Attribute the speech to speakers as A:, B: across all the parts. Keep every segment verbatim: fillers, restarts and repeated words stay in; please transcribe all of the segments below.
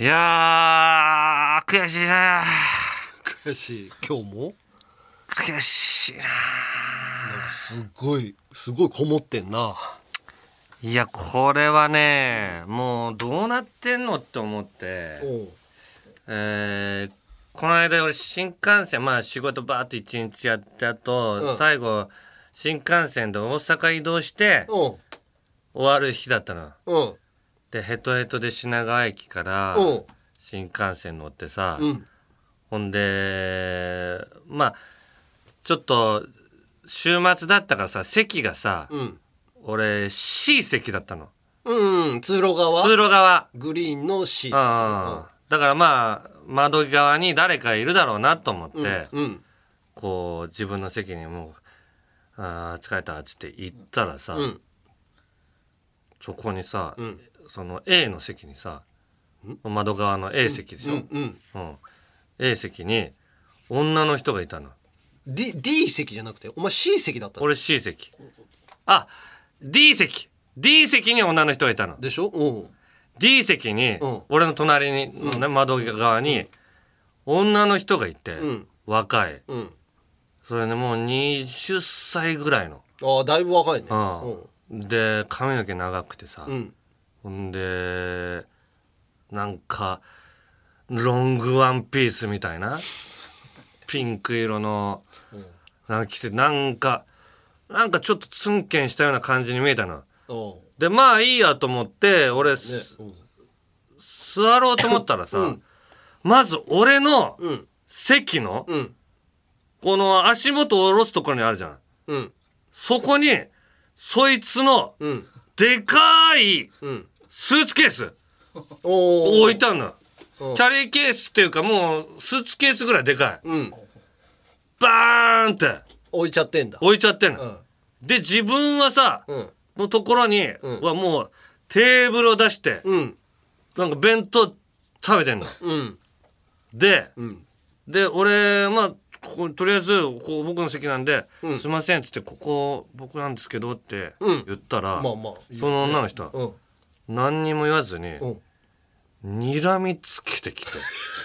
A: いやー悔しいな。
B: 悔しい。今日も
A: 悔しいな。
B: なんかすごいすごいこもってんな。
A: いやこれはねもうどうなってんのって思って、えー、この間俺新幹線まあ仕事バーっと一日やった後、うん、最後新幹線で大阪移動して終わる日だったの、うん、でヘトヘトで品川駅から新幹線乗ってさ、うん、ほんでまあちょっと週末だったからさ席がさ、うん、俺 C 席だったの。
B: うん、通路側。
A: 通路側。
B: グリーンの C。
A: ああ、だからまあ窓側に誰かいるだろうなと思って、うんうん、こう自分の席にもうあ疲れたっつって行ったらさ、うん、そこにさ、うん、その A の席にさ、うん、窓側の A 席でしょ、うんうんうん、A 席に女の人がいたの。
B: D, D 席じゃなくてお前 C 席だったの？
A: 俺 C 席。あ D 席 D 席に女の人がいたの
B: でしょ。うん、
A: D 席に、うん、俺の隣にの、ね、窓側に女の人がいて、うん、若い、うん、それねもうはたちぐらいの。
B: ああだいぶ若いね、
A: うん、で髪の毛長くてさ、うん、ほんでなんかロングワンピースみたいなピンク色のなんか着てなんかなんかちょっとツンケンしたような感じに見えたの。でまあいいやと思って俺、ねうん、座ろうと思ったらさ、うん、まず俺の席の、うん、この足元を下ろすところにあるじゃん、うん、そこにそいつのでかいスーツケース置いたの。キャリーケースっていうかもうスーツケースぐらいでかい、うん、バーンって
B: 置いちゃってんだ。
A: 置いちゃってんの、うん、で自分はさ、うん、のところに、うん、はもうテーブルを出して、うん、なんか弁当食べてんの、うん、で、うん、で俺まあこことりあえずこう僕の席なんで、うん、すいませんっつってここ僕なんですけどって言ったら、うんまあまあ、その女の人は、うん、何にも言わずに、うん睨みつけてきて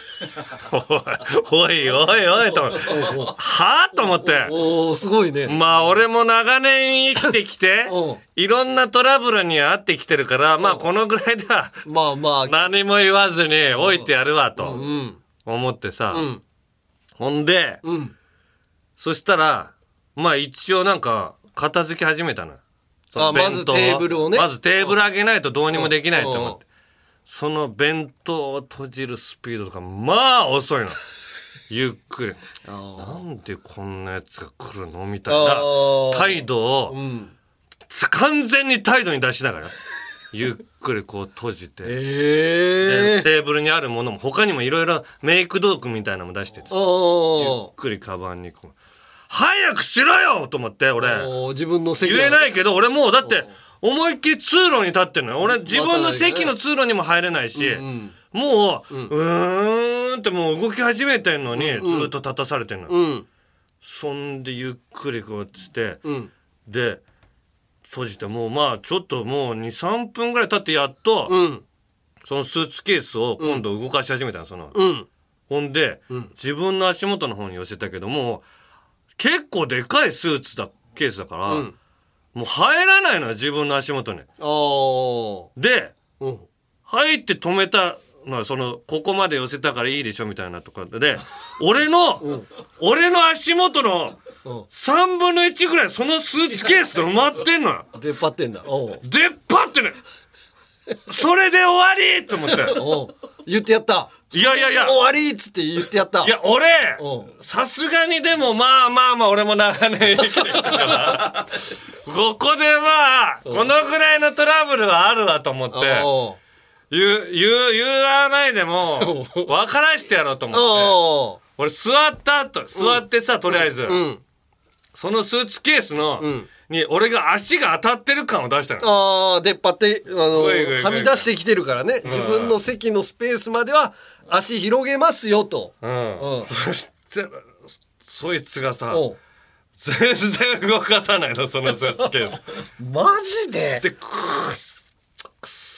A: おいおいおいとはぁと思って
B: おすごいね。
A: まあ俺も長年生きてきていろんなトラブルに遭ってきてるからまあこのぐらいではまあまあ何も言わずに置いてやるわと思ってさ、うん、ほんで、うん、そしたらまあ一応なんか片付け始めたの。
B: あまずテーブルをね
A: まずテーブル上げないとどうにもできないと思ってその弁当を閉じるスピードとかまあ遅いのゆっくりなんでこんなやつが来るのみたいな態度を、うん、完全に態度に出しながらゆっくりこう閉じて、えー、テーブルにあるものも他にもいろいろメイク道具みたいなのも出しててゆっくりカバンにこう早くしろよと思って俺
B: 自分の席
A: 言えないけど俺もうだって思いっきり通路に立ってるのよ。俺自分の席の通路にも入れないし、うんうん、もう、うん、うーんってもう動き始めてんのに、うん、ずっと立たされてんの、うん、そんでゆっくりこうして、うん、で閉じてもうまあちょっともう にさんぷんぐらい経ってやっと、うん、そのスーツケースを今度動かし始めたのその、うん、ほんで、うん、自分の足元の方に寄せたけども結構でかいスーツだケースだから、うんもう入らないのよ自分の足元に。で、うん、入って止めたのはそのここまで寄せたからいいでしょみたいなところで俺の、うん、俺の足元のさんぶんのいちぐらいそのスーツケースで埋まってんのよ。
B: 出っ張ってんだ。
A: 出っ張ってねそれで終わりと思って
B: お言ってやった。
A: いやいやいや
B: 終わりっつって言ってやった。
A: いや俺さすがにでもまあまあまあ俺も長年生きてきたからここでまあこのぐらいのトラブルはあるわと思って言う言う言わないでも分からしてやろうと思って俺座った後座ってさとりあえず、うんうん、そのスーツケースの、うんに俺が足が当たってる感を出したの。
B: ああ出っ張ってあのはみ出してきてるからね、うん、自分の席のスペースまでは足広げますよと、うんうん、
A: そしてそいつがさ全然動かさないのそのスーツケース
B: マジで
A: でくっくっ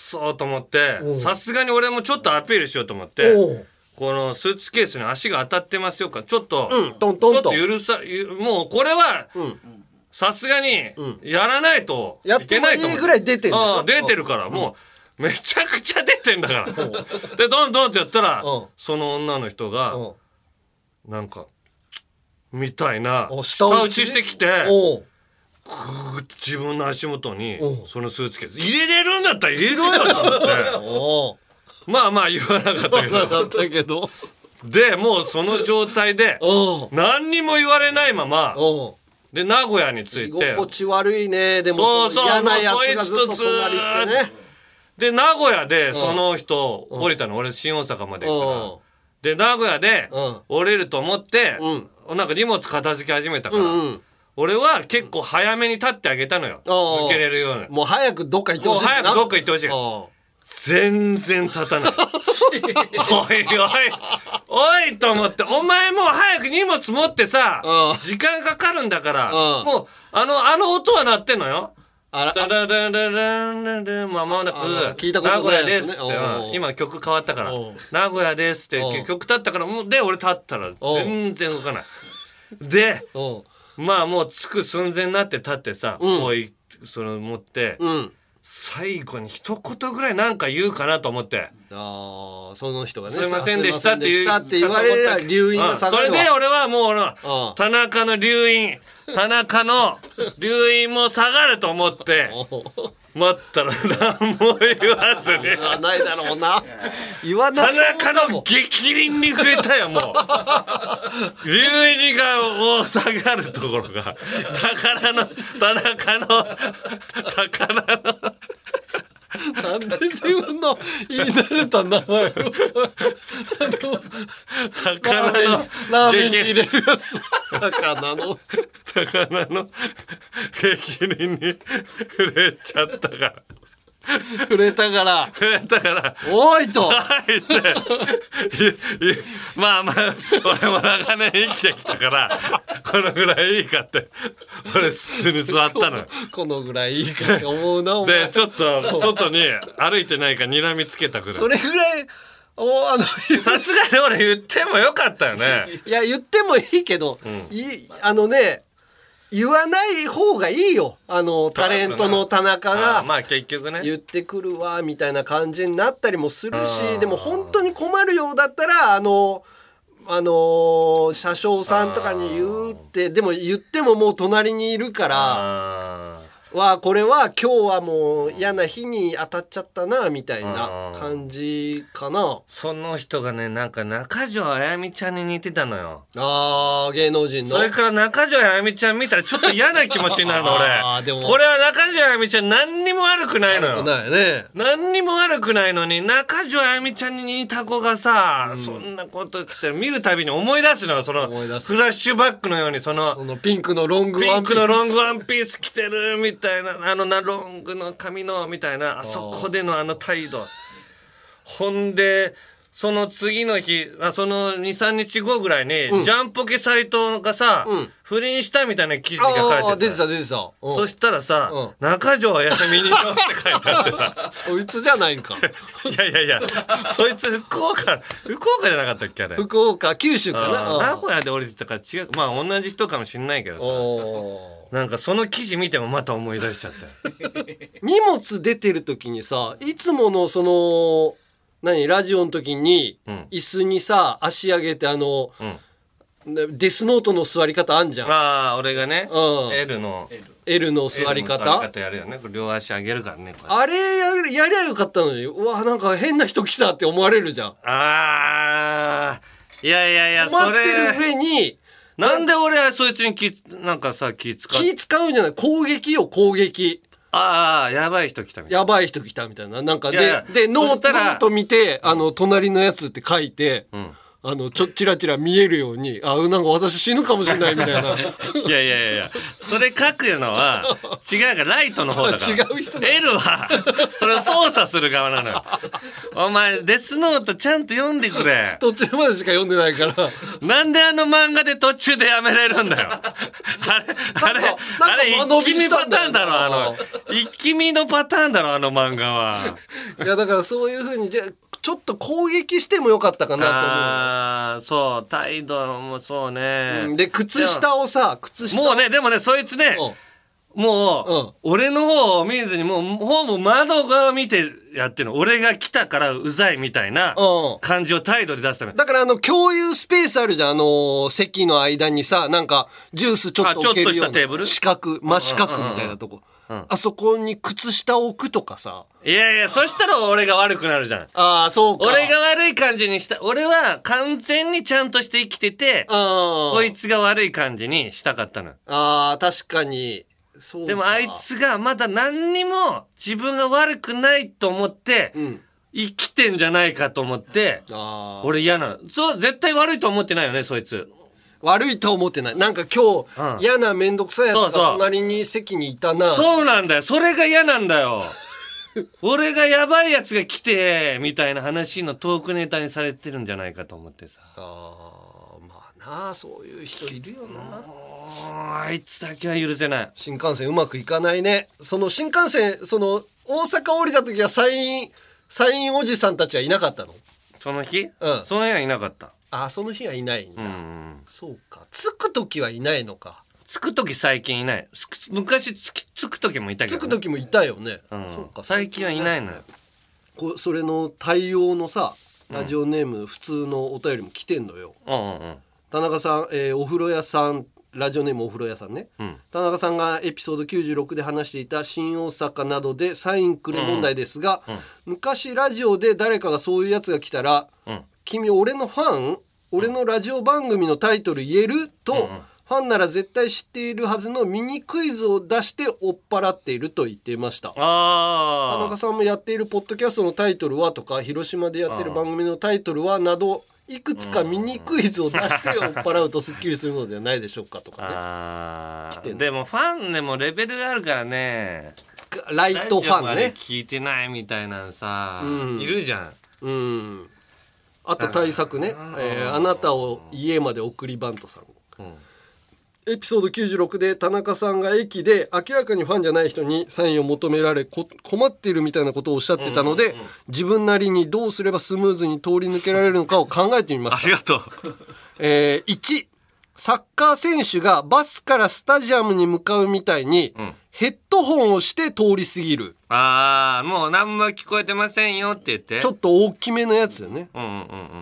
A: そうと思ってさすがに俺もちょっとアピールしようと思ってこのスーツケースに足が当たってますよかちょっと、
B: うん、トントンと
A: ちょっと許さもうこれはさすがにやらないといけないと思う、
B: やってもいいぐらい出てる
A: ああ出てるからもうめちゃくちゃ出てんだからでどんどんってやったらその女の人がなんかみたいな舌打ちしてきてグーッと自分の足元にそのスーツケース入れれるんだったら入れろよと思ってまあまあ言わなかったけどでもうその状態で何にも言われないままで名古屋に着いて
B: 居心地悪いねでもそうそう嫌なやつがずっと隣ってね
A: で名古屋でその人降りたの俺新大阪まで行くからで名古屋で降りると思ってなんか荷物片付け始めたから俺は結構早めに立ってあげたのよ受けれるように
B: もう早くどっか行ってほしい
A: もう早くどっか行ってほしい全然立たないおいおいおいと思ってお前もう早く荷物持ってさ時間かかるんだからもうあのあの音は鳴ってんのよあらダラダララララまもなく名古屋ですって今曲変わったから名古屋ですって曲立ったからで俺立ったら全然動かないでまあもう着く寸前になって立ってさこうその持って最後に一言ぐらいなんか言うかなと思って
B: ああその人がね
A: すいませんでしたって
B: 言われるら留飲が下がるわ
A: それで俺はもう田中の留飲田中の留飲も下がると思って待ったら何も言わずに
B: 言わないだろうな言わなそう
A: 田中の激鱗に触れたよもう留飲がもう下がるところが宝の田中の宝の
B: なんで自分の言い慣れた名前を
A: 宝の
B: ラーメンに入れるやつ宝の
A: 宝の激鱗に触れちゃったから
B: 触れたから
A: 触れたから
B: おいと
A: おいってまあまあ俺も長年生きてきたからこのぐらいいいかって俺普通に座ったのよ
B: このぐらいいいかって思うなお前
A: でちょっと外に歩いてないか睨みつけたくらい
B: それぐらいおあの
A: さすがに俺言ってもよかったよね
B: いや言ってもいいけど、うん、いあのね言わない方がいいよあのタレントの田中が
A: まあ結局ね
B: 言ってくるわみたいな感じになったりもするしでも本当に困るようだったらあのあのー、車掌さんとかに言うってでも言ってももう隣にいるからわこれは今日はもう嫌な日に当たっちゃったなみたいな感じかな
A: その人がねなんか中条あやみちゃんに似てたのよ
B: あー芸能人の
A: それから中条あやみちゃん見たらちょっと嫌な気持ちになるの俺でもこれは中条あやみちゃん何にも悪くないのよ
B: 悪くないね
A: 何にも悪くないのに中条あやみちゃんに似た子がさ、うん、そんなことって見るたびに思い出すのよそのフラッシュバックのようにその
B: そのピンクのロングワンピース
A: ピンクのロングワンピース着てるみたいなみたいなあのなロングの髪のみたいなあそこでのあの態度ほんでその次の日あその にさんにちごぐらいに、うん、ジャンポケ斎藤がさ、うん、不倫したみたいな記事が書いてた
B: 出てた出てた、
A: うん、そしたらさ、うん、中条あやみにのって書いてあってさ
B: そいつじゃないんか
A: いやいやいやそいつ福岡福岡じゃなかったっけあれ
B: 福岡九州かな
A: 名古屋で降りてたから違うまあ同じ人かもしんないけどさなんかその記事見てもまた思い出しちゃった
B: 荷物出てる時にさいつものその何ラジオの時に、うん、椅子にさ足上げてあの、うん、デスノートの座り方あんじゃん
A: ああ俺がね、うん、L の
B: L の座り方
A: L の座り方やるよね両足上げるからね
B: あれやるやりゃよかったのにうわなんか変な人来たって思われるじゃん
A: あーいやいやいや
B: 困ってる上に
A: なんで俺はそいつに気なんかさ気使う
B: 気使うんじゃない攻撃よ攻撃
A: ああやばい人来たみたいな
B: やばい人来たみたいななんかでいやいやでノートノート見てあの隣のやつって書いて、うん、ああのちょチラチラ見えるように、あなんか私死ぬかもしれないみたいな。
A: いやいやいやいや、それ書くのは違うから、ライトの方だから。
B: 違う人だ。
A: L はそれを操作する側なのよ。お前デスノートちゃんと読んでくれ。
B: 途中までしか読んでないから。
A: なんであの漫画で途中でやめれるんだよ。あれあれあれ一気見パターンだろ、あの一気見のパターンだろあの漫画は。
B: いやだからそういう風にじゃちょっと攻撃してもよかったかなと思う。
A: ああそう態度もそうね、
B: うん、で靴下をさ靴下
A: もうねでもねそいつね、うん、もう、うん、俺の方を見ずにもうほぼ窓側見てやってるの。俺が来たからうざいみたいな感じを態度で出すため。
B: だからあの共有スペースあるじゃん、あのー、席の間にさなんかジュースちょっと置けるような四角真四角みたいなとこ、うん、あそこに靴下を置くとかさ。
A: いやいやそしたら俺が悪くなるじゃん。
B: ああそうか。
A: 俺が悪い感じにした。俺は完全にちゃんとして生きててそいつが悪い感じにしたかったの。
B: ああ確かにそうか。
A: でもあいつがまだ何にも自分が悪くないと思って、うん、生きてんじゃないかと思ってあ俺嫌なの。そう絶対悪いと思ってないよねそいつ。
B: 悪いと思ってない。なんか今日、うん、嫌なめんどくさいやつが隣に席にいたな。
A: そうなんだよ。それが嫌なんだよ。俺がやばいやつが来てみたいな話のトークネタにされてるんじゃないかと思ってさ。
B: あまあなあそういう人いるよな。
A: あいつだけは許せない。
B: 新幹線うまくいかないね。その新幹線その大阪降りた時はサインサインおじさんたちはいなかったの？
A: その日？
B: うん。
A: その日はいなかった。
B: あその日はいないんだ。うん、うん、そうか。着く時はいないのか。
A: 着く時最近いない。昔着く時もいたけど、ね、
B: 着く時もいたよね、
A: うん、そうか最近はいないのよ。
B: こそれの対応のさラジオネーム、うん、普通のお便りも来てんのよ、うんうんうん、田中さん、えー、お風呂屋さんラジオネームお風呂屋さんね、うん、田中さんがエピソードきゅうじゅうろくで話していた新大阪などでサインくれ問題ですが、うんうん、昔ラジオで誰かがそういうやつが来たら、うん、君俺のファン俺のラジオ番組のタイトル言えると、うんうん、ファンなら絶対知っているはずのミニクイズを出して追っ払っていると言っていました。あ田中さんもやっているポッドキャストのタイトルはとか広島でやっている番組のタイトルはなどいくつかミニクイズを出して追っ払うとスッキリするのではないでしょうかとかね。あ
A: でもファンでもレベルがあるからね。
B: ライトファンね
A: 聞いてないみたいなさ、うん、いるじゃん。うん
B: あと対策ね、えー、あなたを家まで送りバントさん、うん、エピソードきゅうじゅうろくで田中さんが駅で明らかにファンじゃない人にサインを求められこ困っているみたいなことをおっしゃってたので、うんうんうん、自分なりにどうすればスムーズに通り抜けられるのかを考えてみました。
A: ありがとう、
B: えー、いちサッカー選手がバスからスタジアムに向かうみたいに、うん、ヘッドホンをして通り過ぎる。
A: ああもう何も聞こえてませんよって言って
B: ちょっと大きめのやつよね、うんうんうんうん、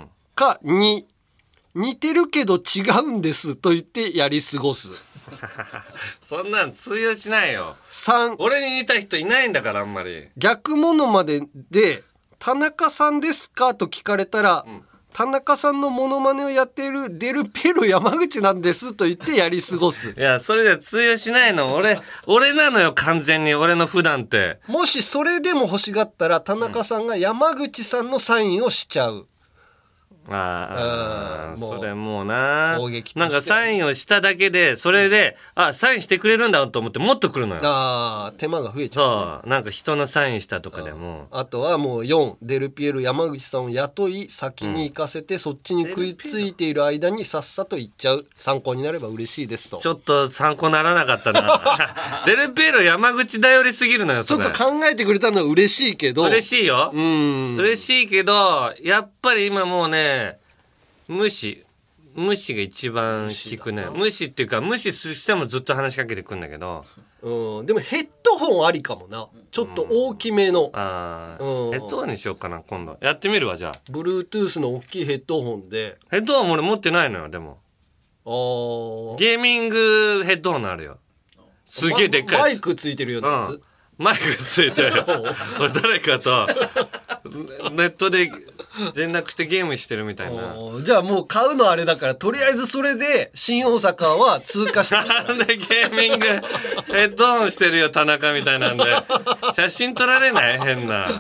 B: かに似てるけど違うんですと言ってやり過ごす
A: そんなん通用しないよ。さん俺に似た人いないんだからあんまり。
B: 逆モノマネで田中さんですかと聞かれたら、うん田中さんのモノマネをやっているデルペロ山口なんですと言ってやり過ごす。
A: いやそれでは通用しないの。俺俺なのよ完全に。俺の普段って
B: もしそれでも欲しがったら田中さんが山口さんのサインをしちゃう。
A: ああそれもうな攻撃なんかサインをしただけでそれで、うん、あサインしてくれるんだと思ってもっと来るのよ。
B: あ手間が増えちゃう、ね、
A: そうなんか人のサインしたとかでも
B: あ, あとはもうよんデルピエロ山口さんを雇い先に行かせて、うん、そっちに食いついている間にさっさと行っちゃう。参考になれば嬉しいですと。
A: ちょっと参考ならなかったなデルピエロ山口頼りすぎるのよそれ。
B: ちょっと考えてくれたのは嬉しいけど
A: 嬉しいようん嬉しいけどやっぱり今もうね無視無視が一番効くね。無視っていうか無視してもずっと話しかけてくんだけど、
B: うん、でもヘッドホンありかもな。ちょっと大きめの、うん、
A: あ、うん、ヘッドホンにしようかな今度。やってみるわじゃあ。
B: Bluetooth の大きいヘッドホンで。
A: ヘッドホン俺持ってないのよ。でもあゲーミングヘッドホンあるよ。すげえでっかい
B: マイクついてるようなやつ、うん、
A: マイクついてる俺誰かとネットで連絡してゲームしてるみたいな。
B: じゃあもう買うのあれだからとりあえずそれで新大阪は通過して
A: なんでゲーミングヘッドホンしてるよ田中みたいなんで写真撮られない変な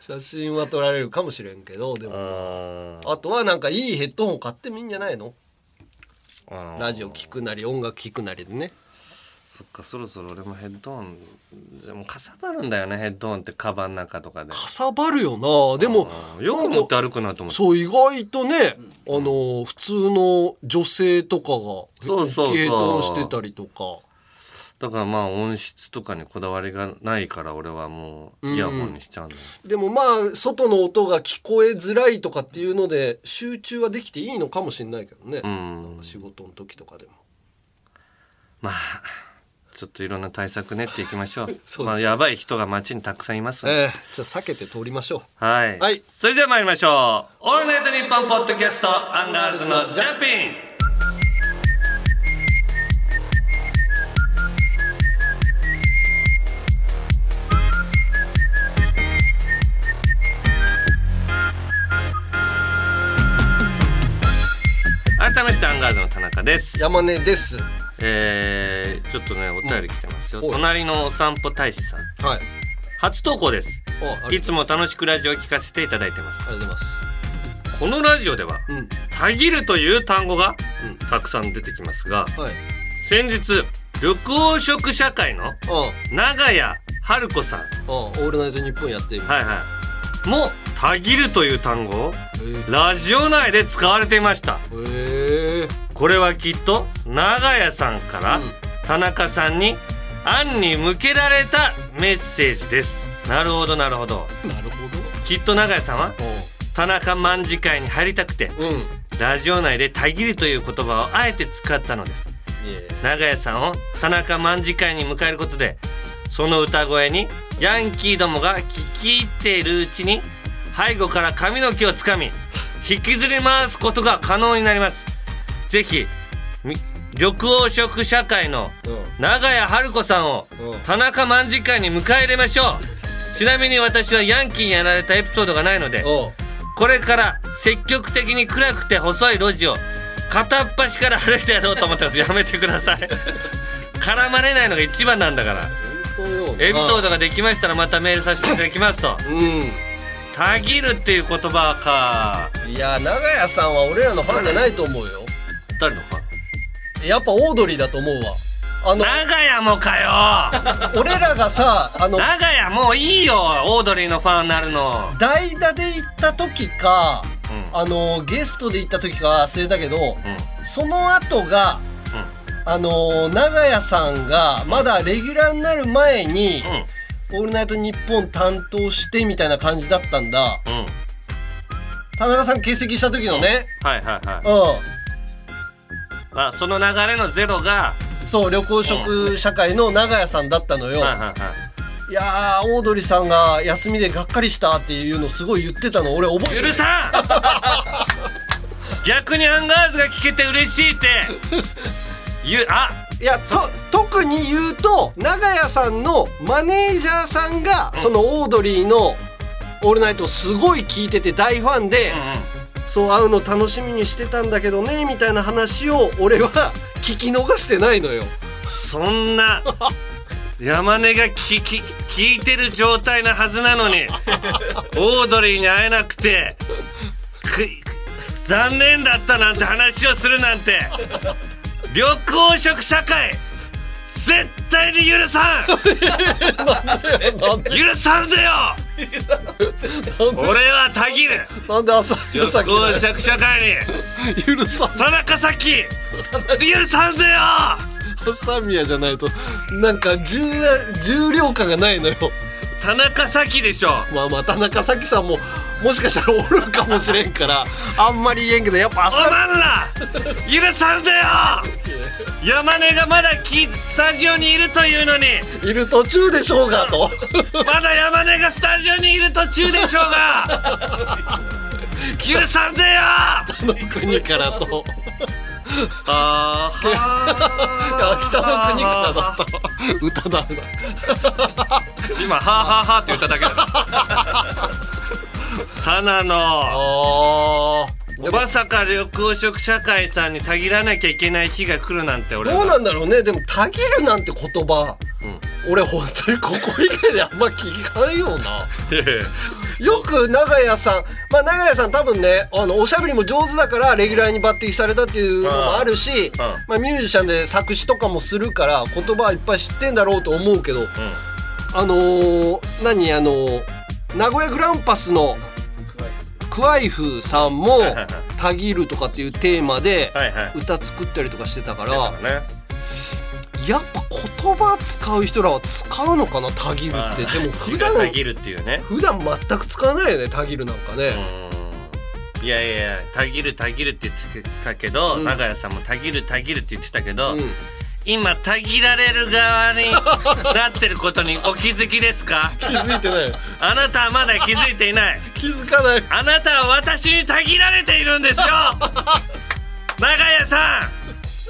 B: 写真は撮られるかもしれんけど、でもあとはなんかいいヘッドホン買ってもいいんじゃないの？ラジオ聞くなり音楽聞くなりでね。
A: そっか、そろそろ俺もヘッドホンでもかさばるんだよね。ヘッドホンってカバンの中とかで
B: かさばるよな。でも
A: よく持って歩くなと思って。
B: そう、意外とね、うん、あの普通の女性とかが
A: そうそうそう
B: ヘッドホンしてたりとか。
A: だからまあ音質とかにこだわりがないから俺はもうイヤホンにしちゃうんだよ、
B: うん、でもまあ外の音が聞こえづらいとかっていうので集中はできていいのかもしれないけどね、うん、なんか仕事の時とかでも
A: まあちょっといろんな対策練っていきましょう。そうまあやばい人が街にたくさんいますので、
B: えー、じゃあ避けて通りましょう。
A: はい、はい、それでは参りましょう。オールナイトニッポンポッドキャストアンガールズのジャンピン。改めましてアンガールズの田中です。
B: 山根です。
A: えー、ちょっとねお便り来てますよ、うん、隣のお散歩大使さん、はい、初投稿です。いつも楽しくラジオを聞かせていただいてます。
B: ありがとうございます。
A: このラジオでは、うん、たぎるという単語が、うん、たくさん出てきますが、はい、先日緑黄色社会の長谷春子さん、
B: オールナイトニッポンやっている、
A: はいはい、もたぎるという単語をラジオ内で使われていました。へー。これはきっと長谷さんから田中さんに暗に向けられたメッセージです。なるほどなるほど
B: なるほど。
A: きっと長谷さんは田中卍会に入りたくて、うん、ラジオ内でたぎるという言葉をあえて使ったのです。長谷さんを田中卍会に迎えることでその歌声にヤンキーどもが聞き入っているうちに背後から髪の毛をつかみ引きずり回すことが可能になります。ぜひ緑黄色社会の長谷春子さんを田中卍会に迎え入れましょう。ちなみに私はヤンキーにやられたエピソードがないのでこれから積極的に暗くて細い路地を片っ端から歩いてやろうと思ってます。やめてください絡まれないのが一番なんだから。エピソードができましたらまたメールさせていただきますと、うんたぎるっていう言葉か。
B: いや長谷さんは俺らのファンじゃないと思うよ。
A: 誰のファ
B: ン？やっぱオードリーだと思うわ。
A: あの長谷もかよ
B: 俺らがさあの
A: 長谷もういいよオードリーのファンになるの。
B: 代打で行った時か、うん、あのゲストで行った時か忘れたけど、うん、その後が、うん、あの長谷さんがまだレギュラーになる前に、うんオールナイトニッポン担当してみたいな感じだったんだ、うん、田中さん欠席した時のね、
A: うん、はいはいはい、うん、あその流れのゼロが
B: そう緑黄色社会の長谷さんだったのよ、うんはいはいはい、いやーオードリーさんが休みでがっかりしたっていうのすごい言ってたの俺覚えてる。
A: 許さん逆にアンガールズが聞けて嬉しいって言う。あ
B: いやと特に言うと長谷さんのマネージャーさんが、うん、そのオードリーの「オールナイト」をすごい聞いてて大ファンで、うんうん、そう会うの楽しみにしてたんだけどねみたいな話を俺は聞き逃してないのよ。
A: そんな山根が聞き聞いてる状態なはずなのにオードリーに会えなくて残念だったなんて話をするなんて緑黄色社会絶対に許さん許さんぜよ俺はたぎる
B: なんで朝
A: 緑黄色社会に
B: 許さん
A: 田中咲許さんぜよ
B: 朝宮じゃないとなんか 重, 重量感がないのよ。
A: 田中咲でしょ。
B: まあまあ田中咲さんももしかしたらおるかもしれんからあんまり言えんけどやっぱ朝
A: おまんら許さんぜよ山根がまだスタジオにいるというのに
B: いる途中でしょうがと
A: まだ山根がスタジオにいる途中でしょうが許さんぜよ
B: 北の国からと
A: あ
B: ーいや北の国からだった歌だ
A: 今はーはーはーって言っただけだタナのまさか緑黄色社会さんにたぎらなきゃいけない日が来るなんて俺は
B: どうなんだろうね。でもたぎるなんて言葉、うん、 俺本当にここ以外であんま聞かないよなよく長屋さん、まあ長屋さん多分ねあのおしゃべりも上手だからレギュラーに抜擢されたっていうのもあるし、まあ、ミュージシャンで作詞とかもするから言葉はいっぱい知ってんだろうと思うけど、うん、あのー、何あのー、名古屋グランパスのクワイフさんも「たぎる」とかっていうテーマで歌作ったりとかしてたから、やっぱ言葉使う人らは使うのかな、たぎるって。でも普段
A: たぎるっていうね、
B: 普段全く使わないよね、たぎるなんかね。
A: いやいやたぎるたぎるって言ってたけど、うん、長屋さんもたぎるたぎるって言ってたけど、うん、今たぎられる側になってることにお気づきですか？
B: 気づいてない。
A: あなたはまだ気づいていない。
B: 気づかない。
A: あなたは私にたぎられているんですよ長屋さん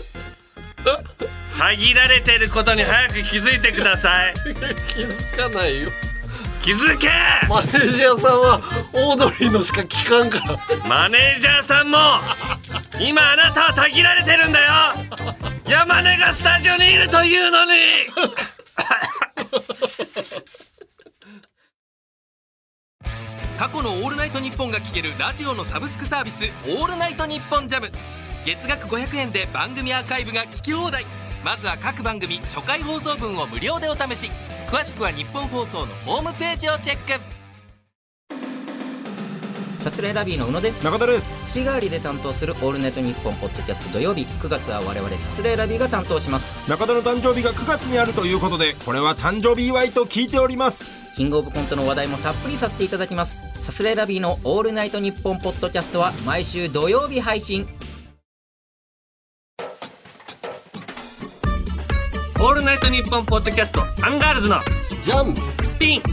A: たぎられていることに早く気づいてください
B: 気づかないよ。
A: 気づけ。
B: マネージャーさんはオードリーのしか聞かんから
A: マネージャーさんも今あなたはたぎられてるんだよ。山根がスタジオにいるというのに
C: 過去のオールナイトニッポンが聴けるラジオのサブスクサービスオールナイトニッポンジャム、月額ごひゃくえんで番組アーカイブが聞き放題。まずは各番組初回放送分を無料でお試し。詳しくは日本放送のホームページをチェック。
D: サスレラビーの宇野です。
E: 中田です。
D: 月替わりで担当するオールナイトニッポンポッドキャスト土曜日、くがつは我々サスレラビーが担当します。
E: 中田の誕生日がくがつにあるということで、これは誕生日祝いと聞いております。
D: キングオブコントの話題もたっぷりさせていただきます。サスレラビーのオールナイトニッポンポッドキャストは毎週土曜日配信。
A: オールナイトニッポンポッドキャストアンガールズの
B: ジャン
A: ピン。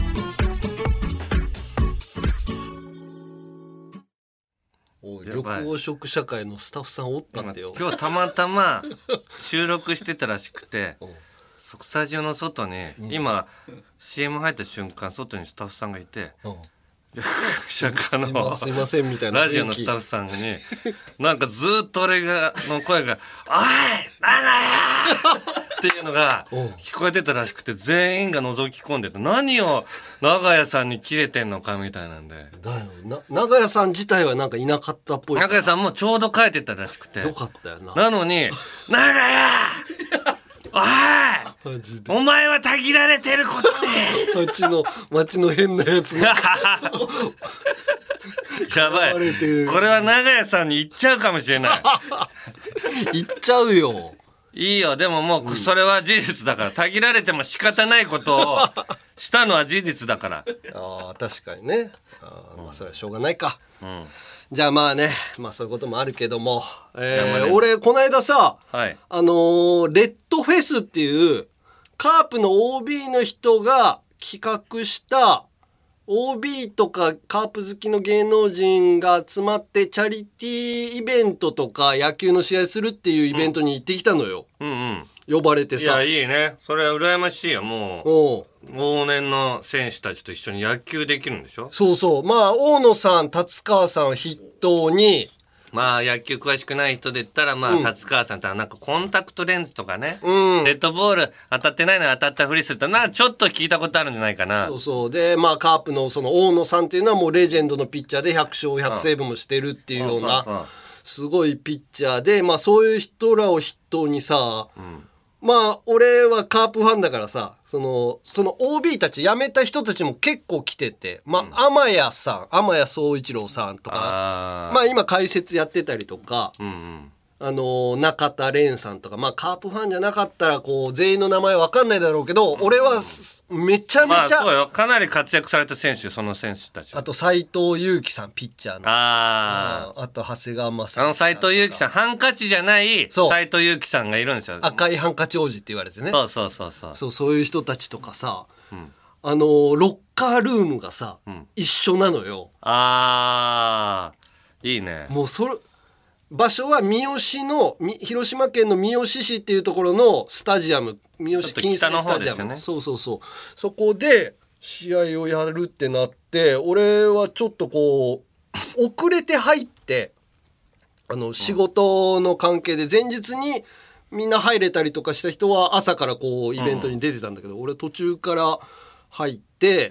B: おい、緑黄色社会のスタッフさんおったんだよ。
A: 今日たまたま収録してたらしくてスタジオの外に、うん、今 シーエム 入った瞬間外にスタッフさんがいて、うん、緑黄の
B: すいませんみたいな
A: ラジオのスタッフさんになんかずっと俺がの声が「おいなんだよ!」っていうのが聞こえてたらしくて、全員が覗き込んでて、何を長屋さんにキレてんのかみたいなんで。
B: だよな、長屋さん自体はなんかいなかったっぽい。
A: 長屋さんもちょうど帰ってたらしくて、
B: よかったよな。
A: なのに長屋おいお前はたぎられてること
B: に町の町の変なやつや
A: ばい、これは長屋さんに言っちゃうかもしれない
B: 言っちゃうよ。
A: いいよ、でももうそれは事実だから、たぎられても仕方ないことをしたのは事実だから
B: ああ確かにね。あ、まあそれはしょうがないか、うん、じゃあまあね、まあそういうこともあるけども、えー、俺この間さ、はい、あのー、レッドフェスっていうカープの オービー の人が企画したオービー とかカープ好きの芸能人が集まってチャリティーイベントとか野球の試合するっていうイベントに行ってきたのよ、うんうん、呼ばれてさ。
A: いやいいね、それは羨ましいよ。もう往年の選手たちと一緒に野球できるんでしょ。
B: そうそう、まあ大野さん達川さんを筆頭に、
A: まあ野球詳しくない人で言ったら、まあ、うん、達川さんってなんかコンタクトレンズとかね、うん、デッドボール当たってないのに当たったふりするとな、ちょっと聞いたことあるんじゃないかな。
B: そうそう。でまあカープのその大野さんっていうのはもうレジェンドのピッチャーでひゃくしょうひゃくセーブもしてるっていうようなすごいピッチャーで、まあそういう人らを筆頭にさ、うん、まあ俺はカープファンだからさ、そのその オービー たち辞めた人たちも結構来てて、まあ天谷さん、天谷総一郎さんとか、あまあ今解説やってたりとか、うんうん、あの中田蓮さんとか、まあカープファンじゃなかったらこう全員の名前わかんないだろうけど、うん、俺はめちゃめちゃ、まあ、
A: そうよ、かなり活躍された選手、その選手たち。
B: あと斎藤佑樹さん、ピッチャーの。ああ。あと長谷川正樹。
A: あの斎藤佑樹さん、ハンカチじゃない斎藤佑樹さんがいるんですよ。
B: 赤いハンカチ王子って言われてね。
A: そうそうそうそう。
B: そう、そういう人たちとかさ、うん、あのロッカールームがさ、うん、一緒なのよ。
A: ああ、いいね。
B: もうそれ。場所は三好の広島県の三好市っていうところのスタジアム、三好近世スタジアム、ね、そうそうそう、そこで試合をやるってなって、俺はちょっとこう遅れて入って、あの仕事の関係で前日にみんな入れたりとかした人は朝からこうイベントに出てたんだけど、うん、俺途中から入って、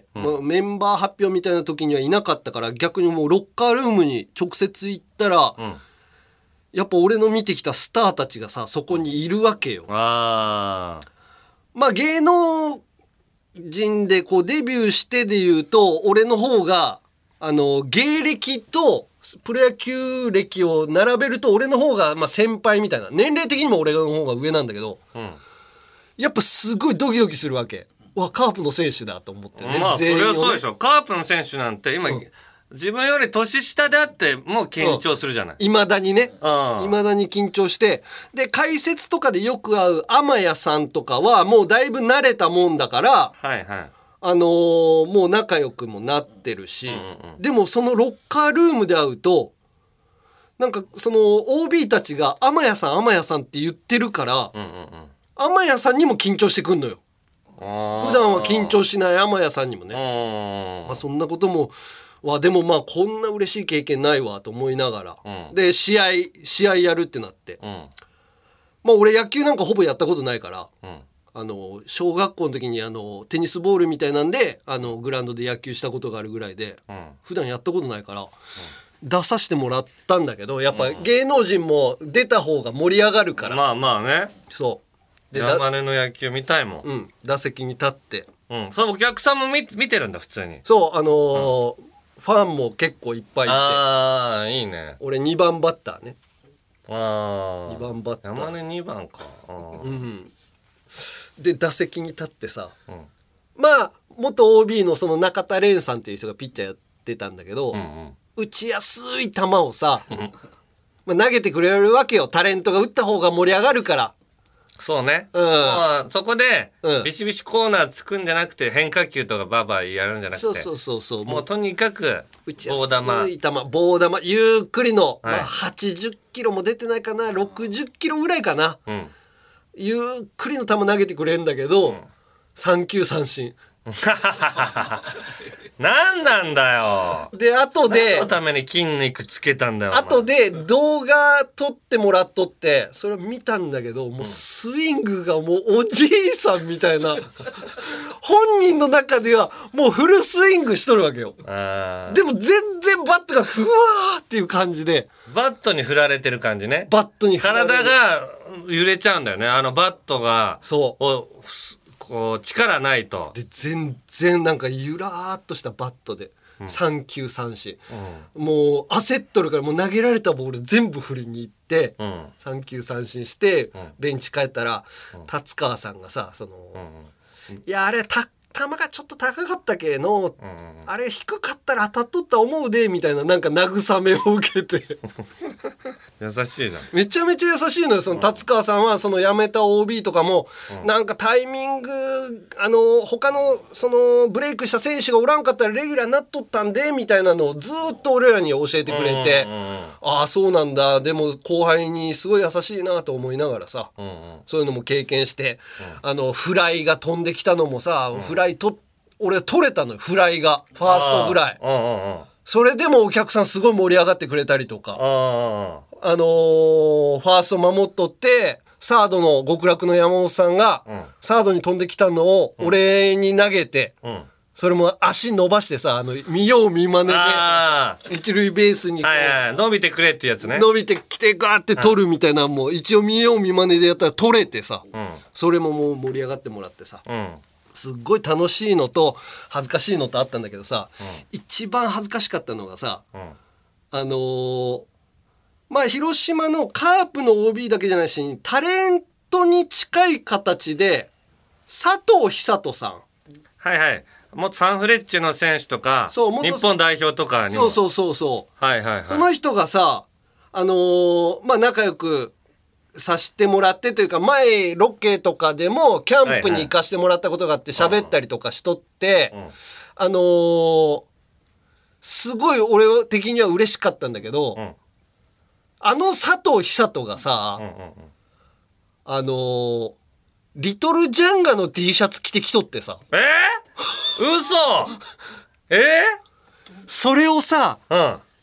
B: うんまあ、メンバー発表みたいな時にはいなかったから逆にもうロッカールームに直接行ったら、うん、やっぱ俺の見てきたスターたちがさそこにいるわけよ。あまあ芸能人でこうデビューしてで言うと俺の方があの芸歴とプロ野球歴を並べると俺の方がまあ先輩みたいな年齢的にも俺の方が上なんだけど、うん、やっぱすごいドキドキするわけ。わカープの選手だと思ってね。
A: まあそれはそうでしょ、ね、カープの選手なんて今、うん、自分より年下であってもう緊張するじゃない。
B: いま、うん、だにねいまだに緊張してで解説とかでよく会う天谷さんとかはもうだいぶ慣れたもんだから、はいはいあのー、もう仲良くもなってるし、うんうんうん、でもそのロッカールームで会うとなんかその オービー たちが天谷さん天谷さんって言ってるから、うんうんうん、天谷さんにも緊張してくんのよ。普段は緊張しない天谷さんにもね、まあ、そんなこともわでもまあこんな嬉しい経験ないわと思いながら、うん、で試合試合やるってなって、うん、まあ俺野球なんかほぼやったことないから、うん、あの小学校の時にあのテニスボールみたいなんであのグラウンドで野球したことがあるぐらいで、うん、普段やったことないから、うん、出させてもらったんだけどやっぱ芸能人も出た方が盛り上がるから、
A: まあまあね
B: そう
A: 山根の野球見たいもん、
B: うん、打席に立って
A: うん、そうお客さんも 見, 見てるんだ普通に。
B: そうあのーうん、ファンも結構いっぱいいて
A: ああいいね。
B: 俺にばんバッターね。
A: ああ
B: にばんバッター
A: 山根にばんかあ、うん、
B: で打席に立ってさ、うん、まあ元 オービー のその中田蓮さんっていう人がピッチャーやってたんだけど、うんうん、打ちやすい球をさまあ投げてくれるわけよ。タレントが打った方が盛り上がるから。
A: そうね、うんまあ、そこで、うん、ビシビシコーナーつくんじゃなくて変化球とかバーバーやるんじゃなくて
B: そうそうそうそう
A: もうとにかく
B: 棒球棒球ゆっくりの、はいまあ、はちじゅっキロも出てないかなろくじゅっキロぐらいかな、うん、ゆっくりの球投げてくれるんだけど、うん、さんきゅう三振
A: 何なんだよ。
B: で後で
A: 何のために筋肉つけたんだよ。
B: 後で動画撮ってもらっとってそれを見たんだけどもうスイングがもうおじいさんみたいな本人の中ではもうフルスイングしとるわけよ。あでも全然バットがふわーっていう感じで
A: バットに振られてる感じね。
B: バットに振られる
A: 体が揺れちゃうんだよね。あのバットが
B: そう
A: こう力ないと
B: で全然なんかゆらーっとしたバットでさんきゅう三振、うん、もう焦っとるからもう投げられたボール全部振りに行って、うん、さんきゅう三振して、うん、ベンチ帰ったら、うん、達川さんがさその、うんうん、いやあれた球がちょっと高かったけの、うん、あれ低かったら当たっとった思うでみたいななんか慰めを受けて
A: 優しいな。
B: めちゃめちゃ優しいのよ。その達川さんはその辞めた オービー とかも、うん、なんかタイミングあの他のそのブレイクした選手がおらんかったらレギュラーになっとったんでみたいなのをずっと俺らに教えてくれて、うんうんうん、ああそうなんだでも後輩にすごい優しいなと思いながらさ、うんうん、そういうのも経験して、うん、あのフライが飛んできたのもさ、うん、フライと俺取れたのよ。フライがファーストフライ、うんうんうん、それでもお客さんすごい盛り上がってくれたりとか、あ、あのー、ファースト守っとってサードの極楽の山本さんが、うん、サードに飛んできたのを俺に投げて、うん、それも足伸ばしてさあの見よう見まねで一塁ベースにこう、
A: はいはい、伸びてくれってやつね。
B: 伸びてきてガーって取るみたいな、もう一応見よう見まねでやったら取れてさ、うん、それももう盛り上がってもらってさ、うんすっごい楽しいのと恥ずかしいのとあったんだけどさ、うん、一番恥ずかしかったのがさ、うん、あのー、まあ広島のカープの オービー だけじゃないしタレントに近い形で佐藤寿人さん
A: はいはい元サンフレッチェの選手とか日本代表とかにも
B: そうそうそうそうはいはいはいその人がさあのー、まあ仲良くさしてもらってというか前ロケとかでもキャンプに行かしてもらったことがあって喋ったりとかしとって、はいはい、あのー、すごい俺的には嬉しかったんだけど、うん、あの佐藤寿人がさ、うんうんうん、あのー、リトルジャンガの T シャツ着てきとってさ
A: えー、嘘えー、
B: それをさ、うん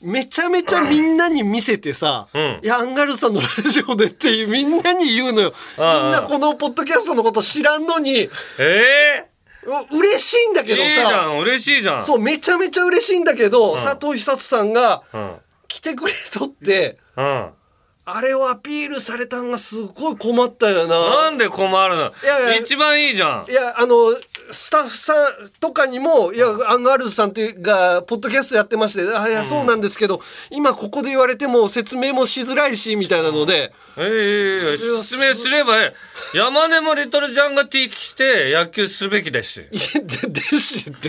B: めちゃめちゃみんなに見せてさ、うん、いやアンガールズさんのラジオでっていうみんなに言うのよ。みんなこのポッドキャストのこと知らんのに。
A: え
B: ー、嬉しいんだけどさ。いいじ
A: ゃん、嬉しいじゃん。
B: そう、めちゃめちゃ嬉しいんだけど、うん、佐藤久人さんが来てくれとって、うん、あれをアピールされたんがすごい困ったよな。
A: なんで困るの？いやいや一番いいじゃん。
B: いや、あの、スタッフさんとかにも、いや、アンガールズさんってが、ポッドキャストやってまして、あ、いや、そうなんですけど、うん、今ここで言われても説明もしづらいし、みたいなので。
A: ええー、説明すればええ。山根もリトルジャンが適して野球すべきですし。い
B: や、で、ですしって。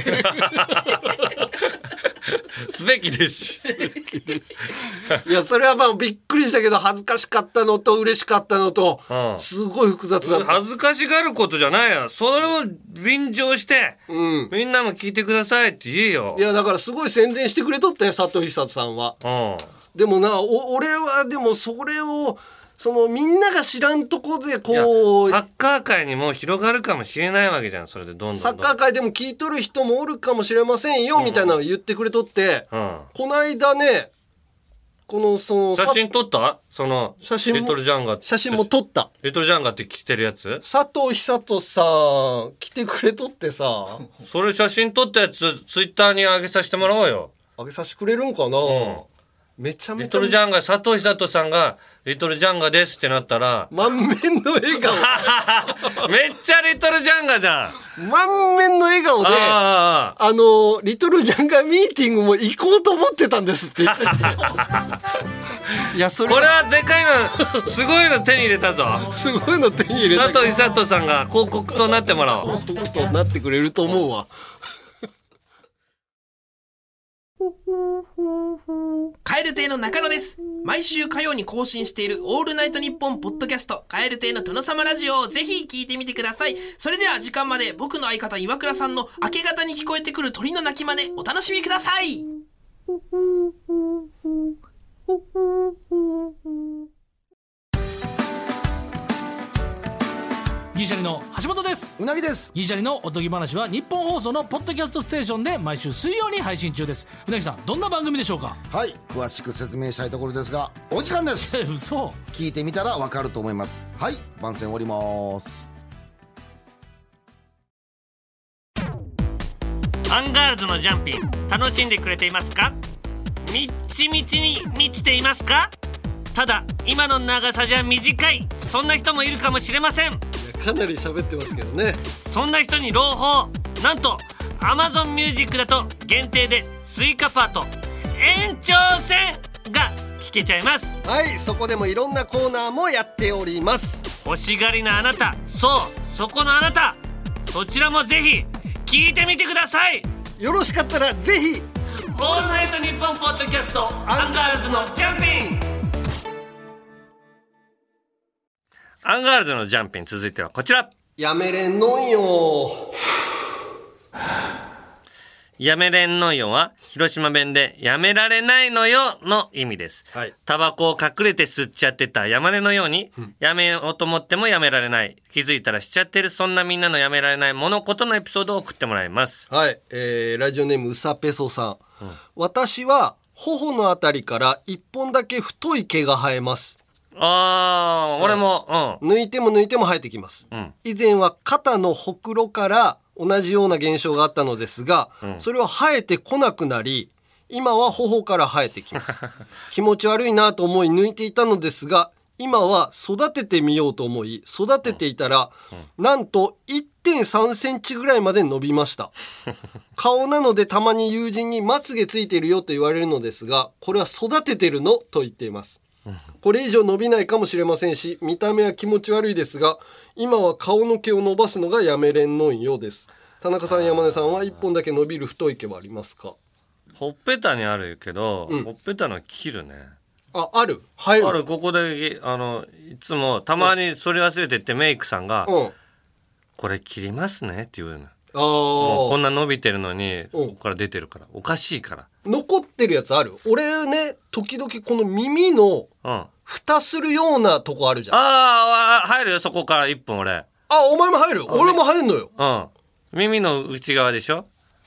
A: すべきですし。
B: いや、それはまあびっくりしたけど、恥ずかしかったのと嬉しかったのと、うん、すごい複雑だった。
A: 恥ずかしがることじゃないよ。それを便乗して、うん、みんなも聞いてくださいって言えよ。
B: いや、だからすごい宣伝してくれとったよ、佐藤久人さんは。うん、でもな、お、俺はでもそれを、そのみんなが知らんとこでこう
A: サッカー界にも広がるかもしれないわけじゃん。それでどんどんどん
B: サッカー界でも聞いとる人もおるかもしれませんよ、うん、みたいなのを言ってくれとって、うん、この間ねこのその
A: 写真撮ったその写真リトルジャンガ
B: 写真も撮った。
A: リトルジャンガって着てるやつ
B: 佐藤久人さん来てくれとってさ
A: それ写真撮ったやつツイッターに上げさせてもらおうよ。
B: 上げさせてくれるんかな、うん、めちゃめちゃ
A: リトルジャンガ佐藤久人さんがリトルジャンガですってなったら
B: 満面の笑顔
A: めっちゃリトルジャンガじゃ
B: ん。満面の笑顔で あ, あのリトルジャンガミーティングも行こうと思ってたんですって言ってていやそれ
A: これはでかいのすごいの手に入れたぞ。
B: すごいの手に入れた。
A: 佐藤久人さんが広告となってもらおう。
B: 広告となってくれると思うわ
C: 蛙亭の中野です。毎週火曜に更新しているオールナイトニッポンポッドキャスト蛙亭の殿様ラジオをぜひ聞いてみてください。それでは時間まで僕の相方岩倉さんの明け方に聞こえてくる鳥の鳴き真似お楽しみください。
F: ギリシャリの橋本です。
G: うなぎです。
F: ギリシャリのおとぎ話は日本放送のポッドキャストステーションで毎週水曜に配信中です。うなぎさんどんな番組でしょうか？
G: はい、詳しく説明したいところですがお時間です。
F: え、嘘。
G: 聞いてみたらわかると思います。はい、番宣終わります。
H: アンガールズのジャンピン楽しんでくれていますか？みっちみちに満ちていますか？ただ今の長さじゃ短い、そんな人もいるかもしれません。
B: かなり喋ってますけどね。
H: そんな人に朗報、なんと Amazon Music だと限定でスイカパート延長戦が聞けちゃいます。
B: はい、そこでもいろんなコーナーもやっております。
H: 欲しがりなあなた、そうそこのあなた、そちらもぜひ聞いてみてください。
B: よろしかったらぜひ
H: オールナイトニッポンポッドキャストアンガールズのジャンピン。アンガールズのジャンピン、続いてはこちら。
B: やめれんのんよ。
H: やめれんのよは広島弁でやめられないのよの意味です。はい、タバコを隠れて吸っちゃってた山根のように、うん、やめようと思ってもやめられない、気づいたらしちゃってる、そんなみんなのやめられない物事のエピソードを送ってもらいます。
B: はい、えー、ラジオネームうさぺそさん、うん、私は頬のあたりから一本だけ太い毛が生えます。
H: あー、俺も、
B: うん、抜いても抜いても生えてきます、うん、以前は肩のほくろから同じような現象があったのですが、うん、それは生えてこなくなり、今は頬から生えてきます気持ち悪いなと思い抜いていたのですが、今は育ててみようと思い育てていたら、うんうん、なんと いってんさんセンチぐらいまで伸びました顔なのでたまに友人にまつげついてるよと言われるのですが、これは育ててるのと言っています。これ以上伸びないかもしれませんし、見た目は気持ち悪いですが、今は顔の毛を伸ばすのがやめれんのんようです。田中さん、山根さんはいっぽんだけ伸びる太い毛はありますか？
A: ほっぺたにあるけど、うん、ほっぺたの切るね。
B: あ、ある入る
A: ある。ここであのいつもたまにそれ忘れてってメイクさんが、うん、これ切りますねって言うの。あ、もうこんな伸びてるのに、ここから出てるからおかしいから。
B: 残ってるやつある？俺ね、時々この耳の蓋するようなとこあるじゃん。
A: ああ、入るよ、そこからいっぽん俺。
B: あ、お前も入る？俺も入るのよ。
A: うん。耳の内側でしょ？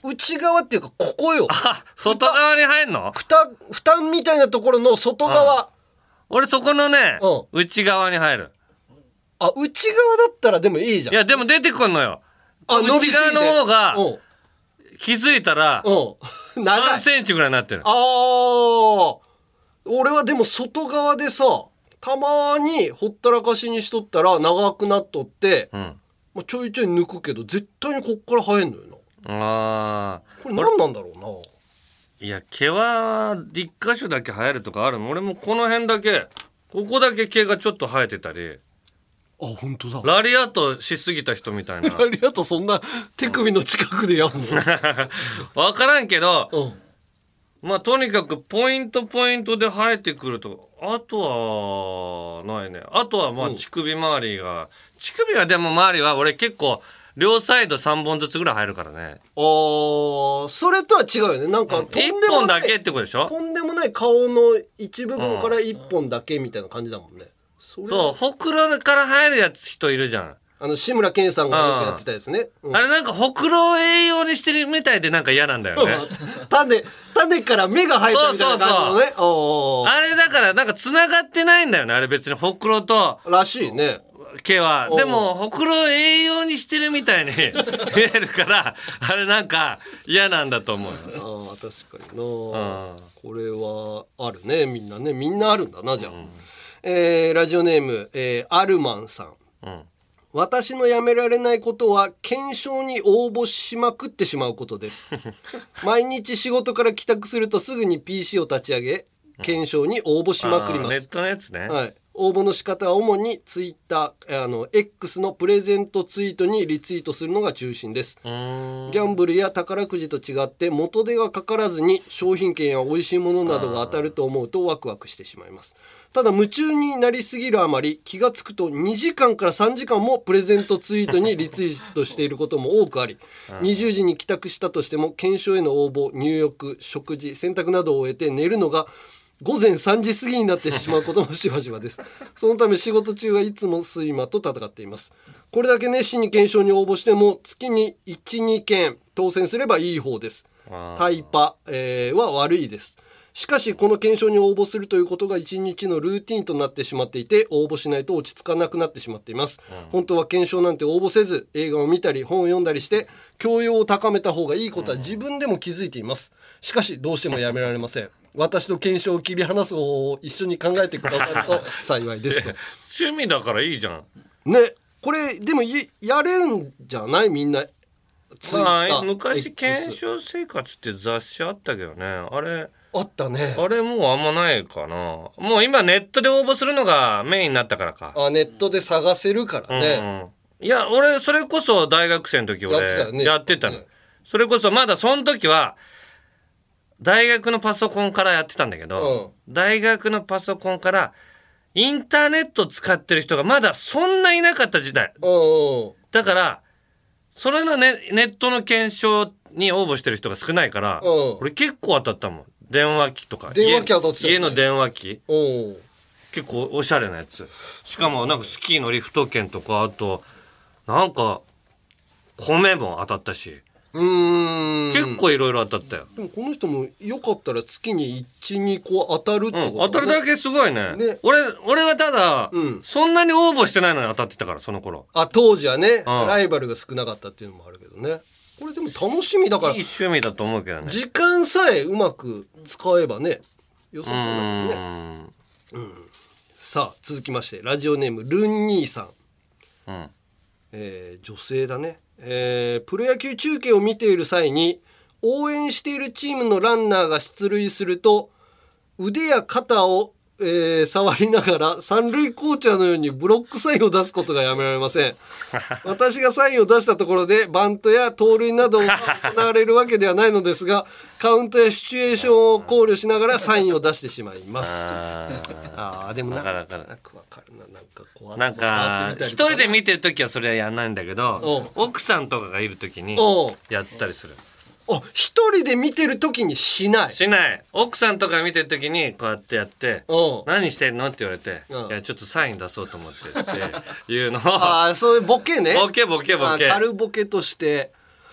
B: 内側っていうかここよ。
H: あ、外側に入んの？
B: ふた蓋みたいなところの外側。
H: 俺そこのね、
B: うん
H: 内側に入る。
B: あ、内側だったらでもいいじゃん。
H: いやでも出てくんのよ。
B: あ、伸び
H: 内
B: すぎて
H: 側の方が
B: うん
H: 気づいたら
B: うん長
H: 何
B: い。
H: センチぐらいになってる。
B: ああ、俺はでも外側でさ、たまにほったらかしにしとったら長くなっとって、
H: うん。
B: まあ、ちょいちょい抜くけど絶対にこっから生えんのよな。
H: ああ。
B: これ何なんだろうな。
H: いや毛は一箇所だけ生えるとかあるもん。俺もこの辺だけここだけ毛がちょっと生えてたり。
B: あ、本当だ。
H: ラリアットしすぎた人みたいな。
B: ありがとう、そんな手首の近くでやんの。
H: わからんけど、
B: うん。
H: まあとにかくポイントポイントで生えてくると、あとはないね。あとはまあ乳首周りが、乳首はでも周りは俺結構両サイドさんぼんずつぐらい生えるからね。
B: あー、それとは違うよね。なんか、と
H: いっ
B: んでもない
H: ぽんだけってことでしょ？
B: とんでもない顔の一部分から一本だけみたいな感じだもんね。それ
H: そう、ほくろから生えるやつ人いるじゃん。
B: あの、志村けんさんがよくやってたやつね。うん
H: あれなんかほくろを栄養にしてるみたいでなんか嫌なんだよね。
B: 種、種から芽が生えたみたいな感じのね。おー
H: あれだからなんか繋がってないんだよね。あれ別にほくろと
B: らしいね。
H: 毛は。
B: おう
H: でもほくろを栄養にしてるみたいに見えるから、あれなんか嫌なんだと思うよ。
B: ああ、確かにな。これはあるね、みんなね。みんなあるんだな、じゃあ。えーラジオネーム、えーアルマンさん。
H: うん。
B: 私のやめられないことは検証に応募しまくってしまうことです毎日仕事から帰宅するとすぐに ピーシー を立ち上げ検証に応募しまくります。
H: あーネットのやつね。
B: はい、応募の仕方は主にツイッターあの X のプレゼントツイートにリツイートするのが中心です。ギャンブルや宝くじと違って元手がかからずに商品券や美味しいものなどが当たると思うとワクワクしてしまいます。ただ夢中になりすぎるあまり気がつくとにじかんからさんじかんもプレゼントツイートにリツイートしていることも多くありにじゅうじに帰宅したとしても検証への応募入浴食事洗濯などを終えて寝るのが午前さんじ過ぎになってしまうこともしばしばです。そのため仕事中はいつも睡魔と戦っています。これだけ熱心に検証に応募しても月にいち、にけん当選すればいい方です。タイパ、えーは悪いです。しかしこの検証に応募するということが一日のルーティンとなってしまっていて応募しないと落ち着かなくなってしまっています、うん、本当は検証なんて応募せず映画を見たり本を読んだりして教養を高めた方がいいことは自分でも気づいています。しかしどうしてもやめられません。私と検証を切り離す方法を一緒に考えてくださると幸いですと
H: 趣味だからいいじゃん
B: ね。これでもやれるんじゃないみんな。
H: まあ、昔検証生活って雑誌あったけどねあれ
B: あったね。
H: あれもうあんまないかな。もう今ネットで応募するのがメインになったからか。
B: あ、ネットで探せるからね、うんうん、
H: いや俺それこそ大学生の時俺やってた、ね、やってたの、ね、それこそまだその時は大学のパソコンからやってたんだけど、うん、大学のパソコンからインターネット使ってる人がまだそんないなかった時代、
B: うんうん、
H: だからそれの、ね、ネットの検証に応募してる人が少ないから、うん、俺結構当たったもん。電話機とか
B: 電話機当たってたよね、
H: 家の電話機結構おしゃれなやつ。しかもなんかスキーのリフト券とかあとなんか米も当たったし
B: うーん
H: 結構いろいろ当たったよ。
B: でもこの人もよかったら月にいち、にこ当たるってこと、ね、
H: うん、当たるだけすごい ね, ね俺俺はただ、うん、そんなに応募してないのに当たってたからその頃。
B: あ当時はね、うん、ライバルが少なかったっていうのもあるけどね。これでも楽しみだから
H: いい趣味だと思うけどね。
B: 時間さえうまく使えばね良さそうだけどね。うん、さあ続きましてラジオネームルンニーさん、うんえー、女性だね、えー、プロ野球中継を見ている際に応援しているチームのランナーが出塁すると腕や肩をえー、触りながら三塁コーチャーのようにブロックサインを出すことがやめられません。私がサインを出したところでバントや盗塁などが行われるわけではないのですがカウントやシチュエーションを考慮しながらサインを出してしまいます。ああでもなんとなくわかるな。なんかこう
H: なんか一人で見てるときはそれはやんないんだけど奥さんとかがいるときにやったりする。
B: あ、一人で見てる時にしない
H: しない奥さんとか見てる時にこうやってやって何してんのって言われていやちょっとサイン出そうと思ってっていうのを
B: ああそういうボケね
H: ボケボケボケ
B: 軽ボケとして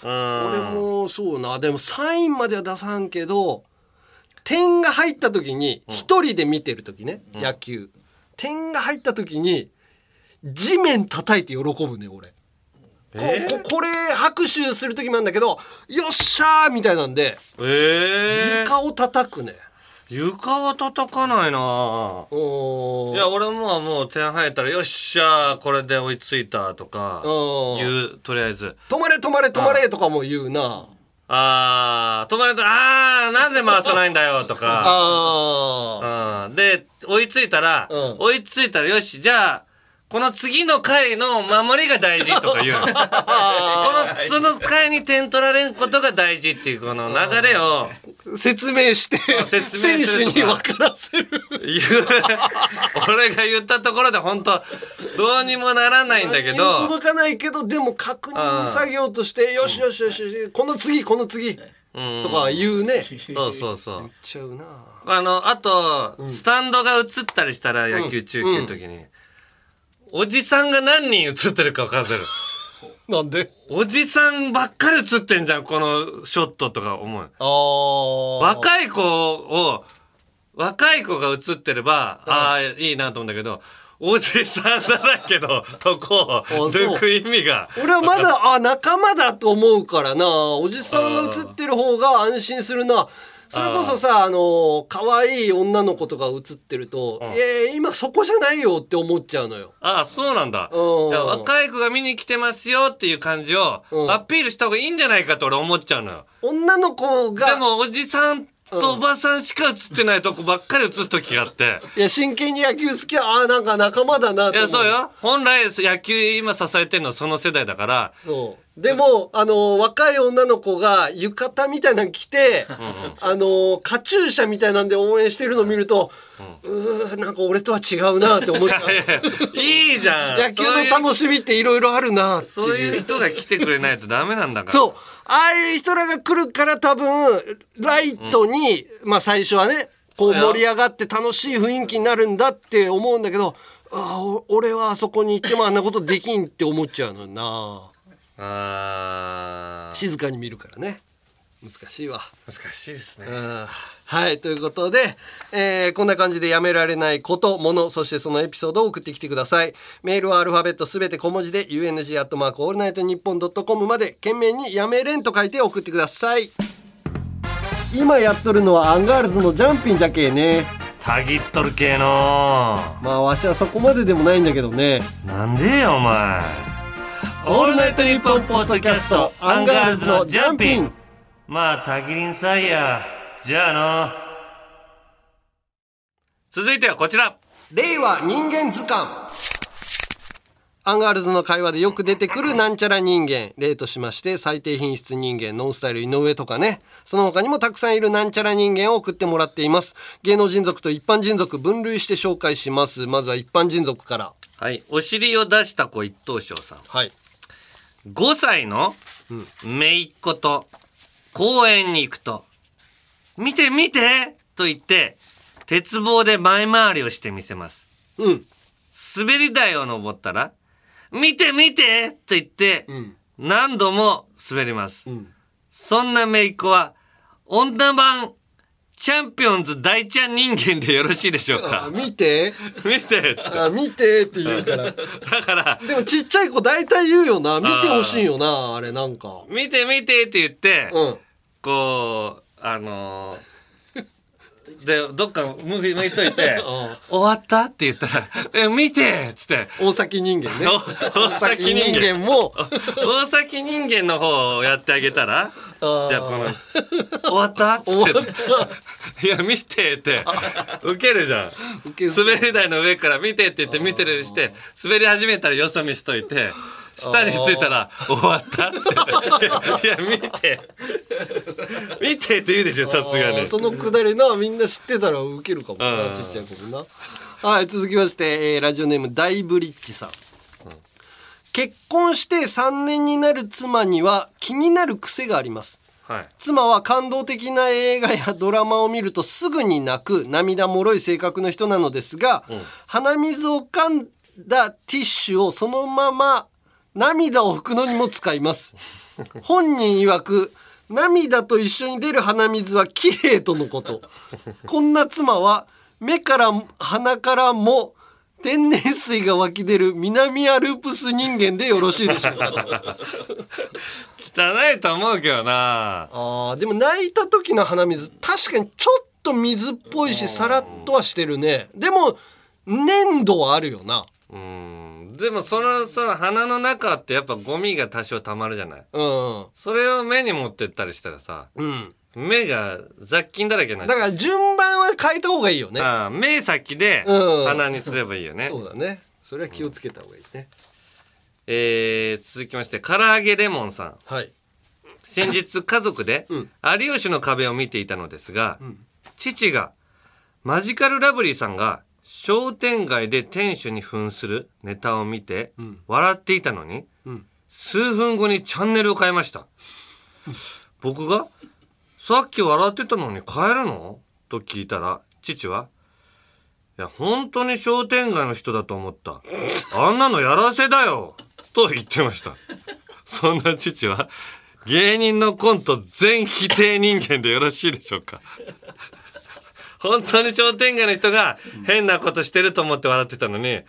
B: 俺もそうな。でもサインまでは出さんけど、点が入った時に一人で見てる時ね、うん、野球点が入った時に地面叩いて喜ぶね俺。えー、こ, こ, これ拍手する時もあるんだけど、よっしゃーみたいなんで、えー、床を叩くね。
A: 床は叩かないな。おいや俺ももう点入ったらよっしゃーこれで追いついたとか言う。とりあえず
B: 止まれ止まれ止まれとかも言うな。
A: あー止まれとあーなんで回さないんだよとかあーで追いついたら、うん、追いついたらよしじゃあこの次の回の守りが大事とか言うのこのその回に点取られんことが大事っていうこの流れを
B: 説明して選手に分からせる
A: 俺が言ったところで本当どうにもならないんだけど
B: 届かないけどでも確認作業としてよしよしよしよしこの次この次とか言うね。
A: そうそうそう言っ
B: ちゃうな。
A: あのあと、うん、スタンドが映ったりしたら野球中継の時に、うんうんおじさんが何人映ってるか分からせる。
B: なんで
A: おじさんばっかり映ってんじゃんこのショットとか思う。あ若い子を若い子が映ってれば、うん、ああいいなと思うんだけどおじさんだらけのとこを抜く意味が
B: 俺はまだあ仲間だと思うからな。おじさんが映ってる方が安心するな。それこそさあの可愛い女の子とか映ってると、うん、いや今そこじゃないよって思っちゃうのよ。
A: ああそうなんだ。いや若い子が見に来てますよっていう感じをアピールした方がいいんじゃないかと俺思っちゃうのよ。
B: 女の子が
A: でもおじさんとおばさんしか映ってないとこばっかり映す時があって、
B: いや真剣に野球好きはあなんか仲間だなと思う。
A: いやそうよ本来野球今支えてるのはその世代だから。
B: そうでもあの若い女の子が浴衣みたいなの着てあのカチューシャみたいなんで応援してるのを見ると、うん、うーなんか俺とは違うなって思っちゃう。
A: いいじゃん
B: 野球の楽しみっていろいろあるなっていう。
A: そういう人が来てくれないとダメなんだから。
B: そうああいう人らが来るから多分ライトに、うん、まあ最初はねこう盛り上がって楽しい雰囲気になるんだって思うんだけど、あ俺はあそこに行ってもあんなことできんって思っちゃうのな。あ静かに見るからね難しいわ。
A: 難しいですね。
B: はいということで、えー、こんな感じでやめられないことものそしてそのエピソードを送ってきてください。メールはアルファベットすべて小文字で ユーエヌジー アットマークオールナイトニッポンドットコムまで懸命にやめれんと書いて送ってください。今やっとるのはアンガールズのジャンピンじゃけえね。
A: たぎっとる系の
B: まあわしはそこまででもないんだけどね。
A: なんでよお前。オールナイトニッポンポッドキャストアンガールズのジャンピン。まあたぎりんさいや。じゃあの続いてはこちら
B: 令和人間図鑑。アンガールズの会話でよく出てくるなんちゃら人間例としまして最低品質人間ノンスタイル井上とかねその他にもたくさんいるなんちゃら人間を送ってもらっています。芸能人族と一般人族分類して紹介します。まずは一般人族から。
A: はいお尻を出した子一等賞さん。はいごさいの姪っ子と公園に行くと見て見てと言って鉄棒で前回りをしてみせます。うん。滑り台を登ったら見て見てと言って、うん、何度も滑ります。うん、そんな姪っ子は女版チャンピオンズ大ちゃん人間でよろしいでしょうか。
B: あ見て
A: 見て
B: あ見てって言うから
A: だから
B: でもちっちゃい子大体言うよな見てほしいよなあれなんか
A: 見て見てって言って、うん、こうあのーでどっか向いといて終わったって言ったらえ見てっつって
B: 大崎人間ね
A: 大崎人間も大崎人間の方をやってあげたらじゃあこの終わったっつっていや見てってウケるじゃん滑り台の上から見てって言って見てるして滑り始めたらよそ見しといて下についたら終わったっつっていや見て見てって言うでしょさすがに。
B: そのくだりなみんな知ってたらウケるかもなちっちゃい子な。はい続きまして、えー、ラジオネーム大ブリッジさん、うん、結婚してさんねんになる妻には気になる癖があります、はい、妻は感動的な映画やドラマを見るとすぐに泣く涙もろい性格の人なのですが、うん、鼻水を噛んだティッシュをそのまま涙を拭くのにも使います。本人曰く涙と一緒に出る鼻水は綺麗とのこと。こんな妻は目から鼻からも天然水が湧き出る南アルプス人間でよろしいでしょうか。
A: 汚いと思うけどな。
B: あーでも泣いた時の鼻水確かにちょっと水っぽいしさらっとはしてるね。でも粘度はあるよな。
A: うんでもそのその鼻の中ってやっぱゴミが多少たまるじゃない、
B: うん、
A: それを目に持ってったりしたらさ、うん、目が雑菌だらけになっちゃう。
B: だから順番は変えた方がいいよね。
A: ああ目先で鼻にすればいいよね、うん、
B: そうだね。それは気をつけた方がいいね、うん
A: えー、続きまして唐揚げレモンさん、はい、先日家族で有吉の壁を見ていたのですが、うん、父がマジカルラブリーさんが商店街で店主に扮するネタを見て笑っていたのに、うん、数分後にチャンネルを変えました。僕がさっき笑ってたのに変えるのと聞いたら父は、いや本当に商店街の人だと思った、あんなのやらせだよと言ってました。そんな父は芸人のコント全否定人間でよろしいでしょうか。本当に商店街の人が変なことしてると思って笑ってたのに、うん、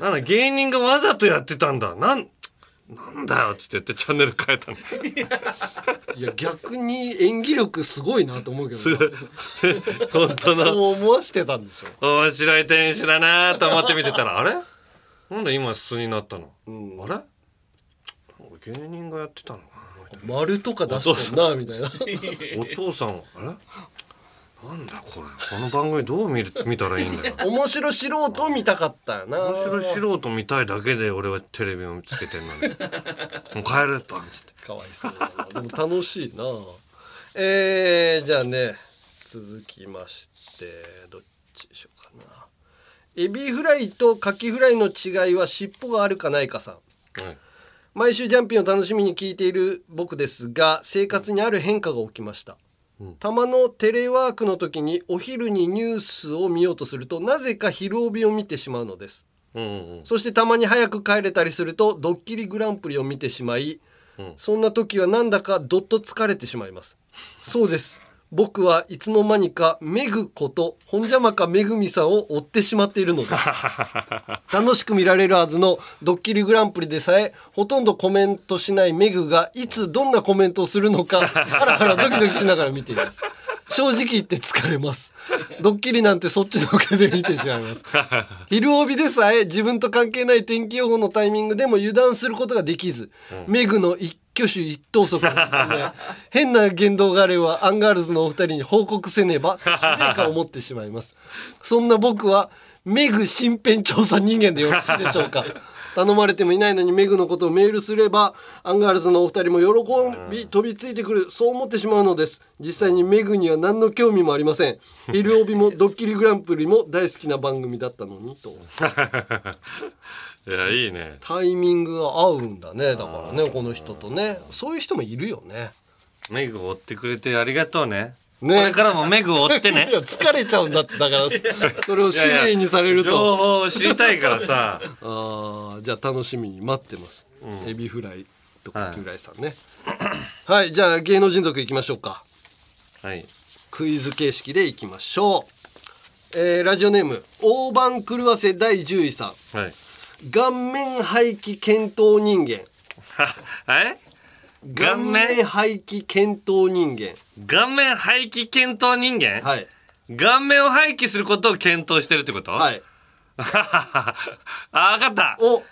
A: なんだ芸人がわざとやってたんだ、なんなんだよって言ってチャンネル変えたの。
B: いや逆に演技力すごいなと思うけどな。
A: 本当の
B: そう思わしてたんでしょ。
A: 面白い店主だなと思って見てたらあれなんで今素になったの、うん、あれ芸人がやってたのか
B: な、丸とか出してんなみたいな。
A: お父さんはあれなんだこれ、この番組どう 見, る見たらいいんだよ。
B: 面白素人を見たかったよな。
A: 面白素人見たいだけで俺はテレビをつけてんのにもう帰れとつって
B: かわいそうだな。でも楽しいな。えー、じゃあね続きましてどっちでしょうかな。エビフライとカキフライの違いは尻尾があるかないかさん、うん、毎週ジャンピンを楽しみに聞いている僕ですが生活にある変化が起きました。たまのテレワークの時にお昼にニュースを見ようとするとなぜか昼帯を見てしまうのです、うんうん、そしてたまに早く帰れたりするとドッキリグランプリを見てしまい、うん、そんな時はなんだかどっと疲れてしまいます。そうです、僕はいつの間にかメグこと本邪魔かめぐみさんを追ってしまっているのです。楽しく見られるはずのドッキリグランプリでさえほとんどコメントしないメグがいつどんなコメントをするのかハラハラドキドキしながら見ています。正直言って疲れます。ドッキリなんてそっちのけで見てしまいます。昼帯でさえ自分と関係ない天気予報のタイミングでも油断することができず、うん、メグの一挙手一投足の説明変な言動があればアンガールズのお二人に報告せねばと使命感を持ってしまいます。そんな僕はメグ身辺調査人間でよろしいでしょうか。頼まれてもいないのにメグのことをメールすればアンガールズのお二人も喜び飛びついてくる、そう思ってしまうのです。実際にメグには何の興味もありません。昼帯もドッキリグランプリも大好きな番組だったのにと。
A: いやいいね、
B: タイミングが合うんだね。だからねこの人とね、そういう人もいるよね。
A: メグを追ってくれてありがとうね。ね、これからもメグを追ってね。
B: いや疲れちゃうんだって。だからそれを使命にされると
A: いやいや情報を知りたいからさ。
B: あじゃあ楽しみに待ってます、うん、エビフライとかキュウライさんね。はい、はい、じゃあ芸能人族いきましょうか。はい、クイズ形式でいきましょう。えー、ラジオネーム大番狂わせだいじゅういさん、はい、顔面廃棄検討人間。
A: はい
B: 顔面廃棄検討人間。
A: 顔面廃棄検討人間、はい、顔面を廃棄することを検討してるってこと。はい。あ、分かった。お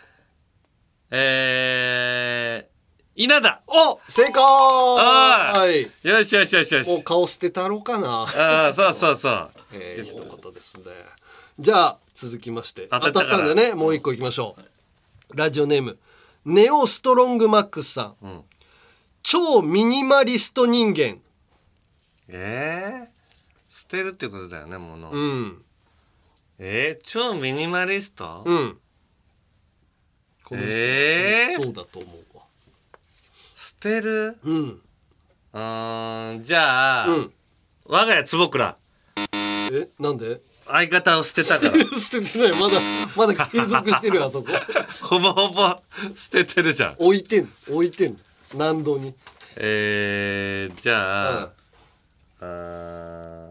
A: えー、稲田。
B: お正解。は
A: い。よしよしよしよし。
B: もう顔捨てたろうかな。
A: ああ、そうそうそう。
B: えー、いうことですね。じゃあ続きまして当たったんでね、もう一個いきましょう。ラジオネームネオストロングマックスさん、うん、超ミニマリスト人間。
A: えー、捨てるってことだよね、もの。うん。えー、超ミニマリスト。うん。
B: この人、えー、そうだと思うわ。
A: 捨てる。うん。あーじゃあ、うん、我が家坪倉。
B: えなんで。
A: 相方を捨てたから
B: 捨ててないまだまだ継続してるよあそこ
A: ほぼほぼ捨ててるじゃん。
B: 置いてん置いてん何度に。
A: えー、じゃあ、
B: うん、
A: あー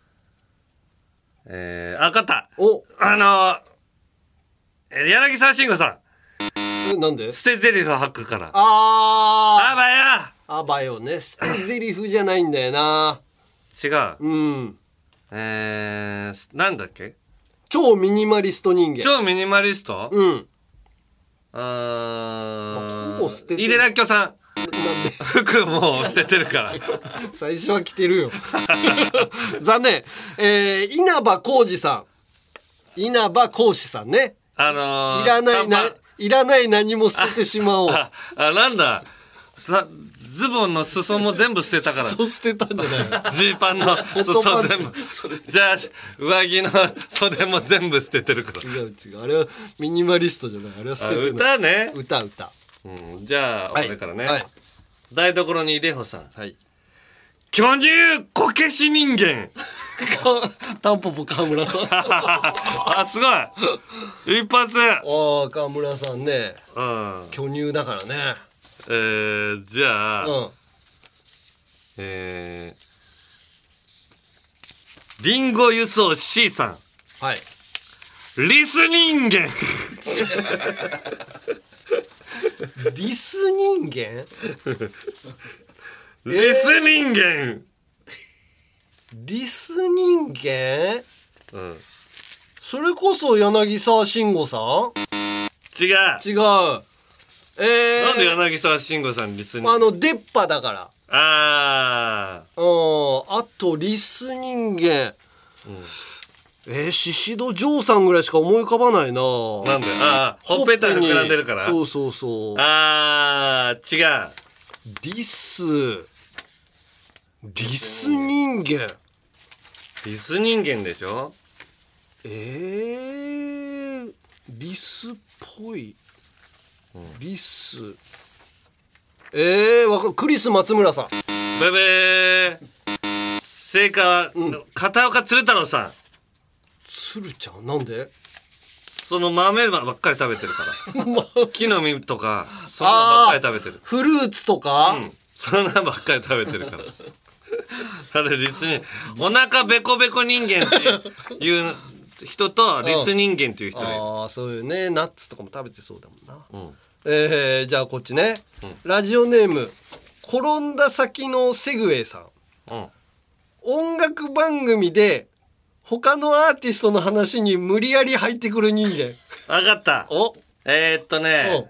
A: えー、あ、分かった。
B: お
A: あのー、柳沢慎吾さ
B: んえなんで
A: 捨て台詞を吐くから。
B: あ
A: あばや
B: あばよね捨て台詞じゃないんだよな。
A: 違う。
B: うん
A: えー、なんだっけ。
B: 超ミニマリスト人間。
A: 超ミニマリスト。
B: うん
A: あー、
B: ほぼ捨ててる
A: 井出らっきょさん。
B: なんで
A: 服もう捨ててるから
B: 最初は着てるよ残念。えー、稲葉浩二さん稲葉浩二さんね。
A: あのー、
B: いらないな
A: 短パン
B: いらない何も捨ててしまおう。
A: ああなんださズボンの裾も全部捨てたから
B: そう捨てたんじゃない
A: ジーパンの裾全部じゃあ上着の袖も全部捨ててるから
B: 違う違うあれはミニマリストじゃないあれは捨ててない。
A: 歌ね
B: 歌歌
A: うん、じゃあ、
B: はい
A: これからね、
B: はい
A: 台所にいでほさん、
B: はい。
A: 巨乳こけし人間
B: タンポポ川村さん
A: あすごい一発。
B: ああ川村さんね
A: うん
B: 巨乳だからね。
A: えー、じゃあ、
B: うん
A: えー、リンゴ輸送 C さん
B: はい
A: リス人間
B: リス人間
A: リス人間、
B: リス人間
A: うん、
B: それこそ柳沢慎吾さん
A: 違う。
B: 違うえー、
A: なんで柳沢慎吾さんリス人間。
B: あの出っ歯だから
A: あ
B: うんあとリス人間、うんえー、シシドジョーさんぐらいしか思い浮かばないな。
A: なんでああほっぺたが膨らんでるから。
B: そうそうそう
A: あー違う。
B: リスリス人間
A: リス人間でしょ。
B: えー、リスっぽい、うん、リスえー、わかクリス松村さん
A: ブブー正解は、うん、片岡鶴太郎さん。
B: 鶴ちゃんなんで
A: その豆ばっかり食べてるから木の実とかそんなばっかり食べてる。
B: フルーツとか、
A: うん、そんなばっかり食べてるからあれリスにお腹ベコベコ人間っていう人とリス人間っていう人がいる。
B: ああそういうねナッツとかも食べてそうだもんな、
A: うん、
B: えー、じゃあこっちね、
A: うん、
B: ラジオネーム転んだ先のセグウェイさん、うん、音楽番組で他のアーティストの話に無理やり入ってくる人間。
A: 分かった。
B: お
A: えー、っとね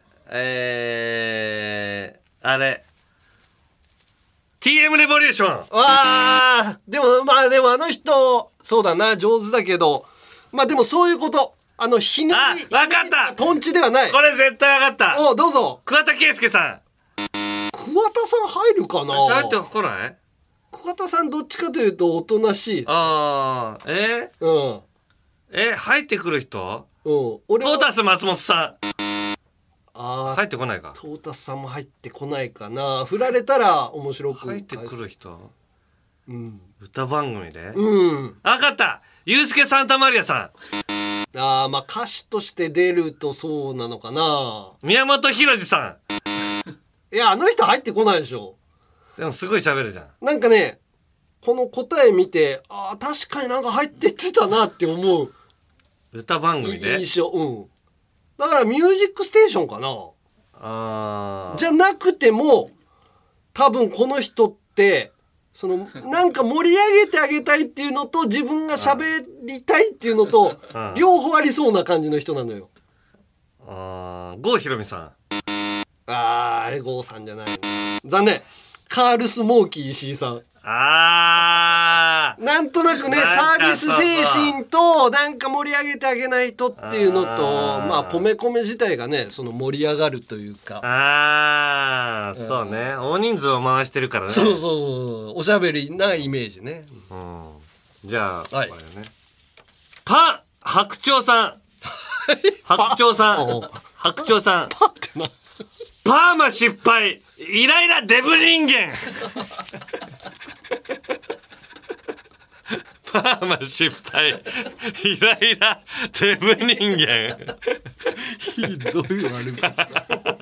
A: えー、あれ ティーエム レボリューション。
B: わあでもまあでもあの人そうだな上手だけどまあでもそういうことあのひねり
A: 分かった
B: トンチではない。
A: これ絶対分かった。
B: おどうぞ。
A: 桑田佳祐さん。
B: 桑田さん入るかな。
A: 入ってこない。
B: 桑田さんどっちかというとおとなしい。
A: ああえー、うんえ入ってくる人。うん俺トータス松本さん。あ入ってこないか。
B: トータスさんも入ってこないかな。振られたら面白く
A: 入ってくる人、
B: うん、
A: 歌番組で。
B: うん
A: 分かった。ユースケ・サンタマリアさ
B: ん。ああまあ歌手として出るとそうなのかな。
A: 宮本浩次さ
B: ん。いやあの人入ってこないでしょ。
A: でもすごい喋るじゃん。
B: なんかねこの答え見てああ確かになんか入ってってたなって思う。
A: 歌番組で
B: 印象。うんだからミュージックステーションかな。
A: あ
B: じゃなくても多分この人ってそのなんか盛り上げてあげたいっていうのと自分が喋りたいっていうのと両方ありそうな感じの人なのよ。
A: ああ郷ひろみさん。
B: あーあれ郷さんじゃない。残念。カールスモーキー石井さん。
A: あー
B: なんとなくねサービス精神となんか盛り上げてあげないとっていうのとまあ米米自体がねその盛り上がるというか。
A: ああそうね大人数を回してるからね。
B: そうそうそうおしゃべりなイメージね。
A: うん、じゃあ、
B: はい、
A: これねパ白鳥さん白鳥さん白鳥さん
B: パってな
A: パーマ失敗イライパパーマ失敗イライラデブ人間
B: ひどい悪口だ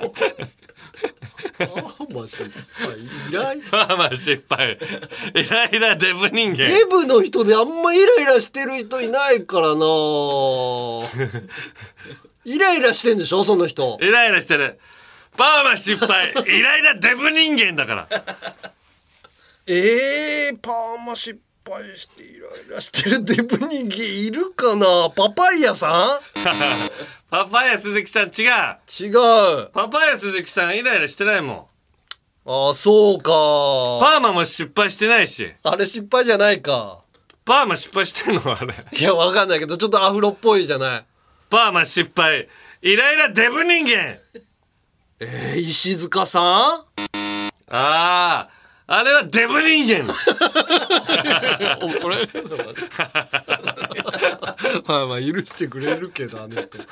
B: パーマ失敗イライ
A: パーマ失敗イライラデブ人間
B: デブの人であんまイライラしてる人いないからなイライラしてんでしょその人
A: イライラしてるパーマ失敗イライラデブ人間だから
B: えー、パーマ失敗してイライラしてるデブ人間いるかなパパイヤさん
A: パパイヤ鈴木さん違う
B: 違う
A: パパイヤ鈴木さんイライラしてないもん
B: ああそうか
A: パーマも失敗してないし
B: あれ失敗じゃないか
A: パーマ失敗してんのあれ
B: いやわかんないけどちょっとアフロっぽいじゃない
A: パーマ失敗イライラデブ人間
B: えー、石塚さん
A: あああれはデブ人間
B: 怒られるぞまあまあ許してくれるけどあの人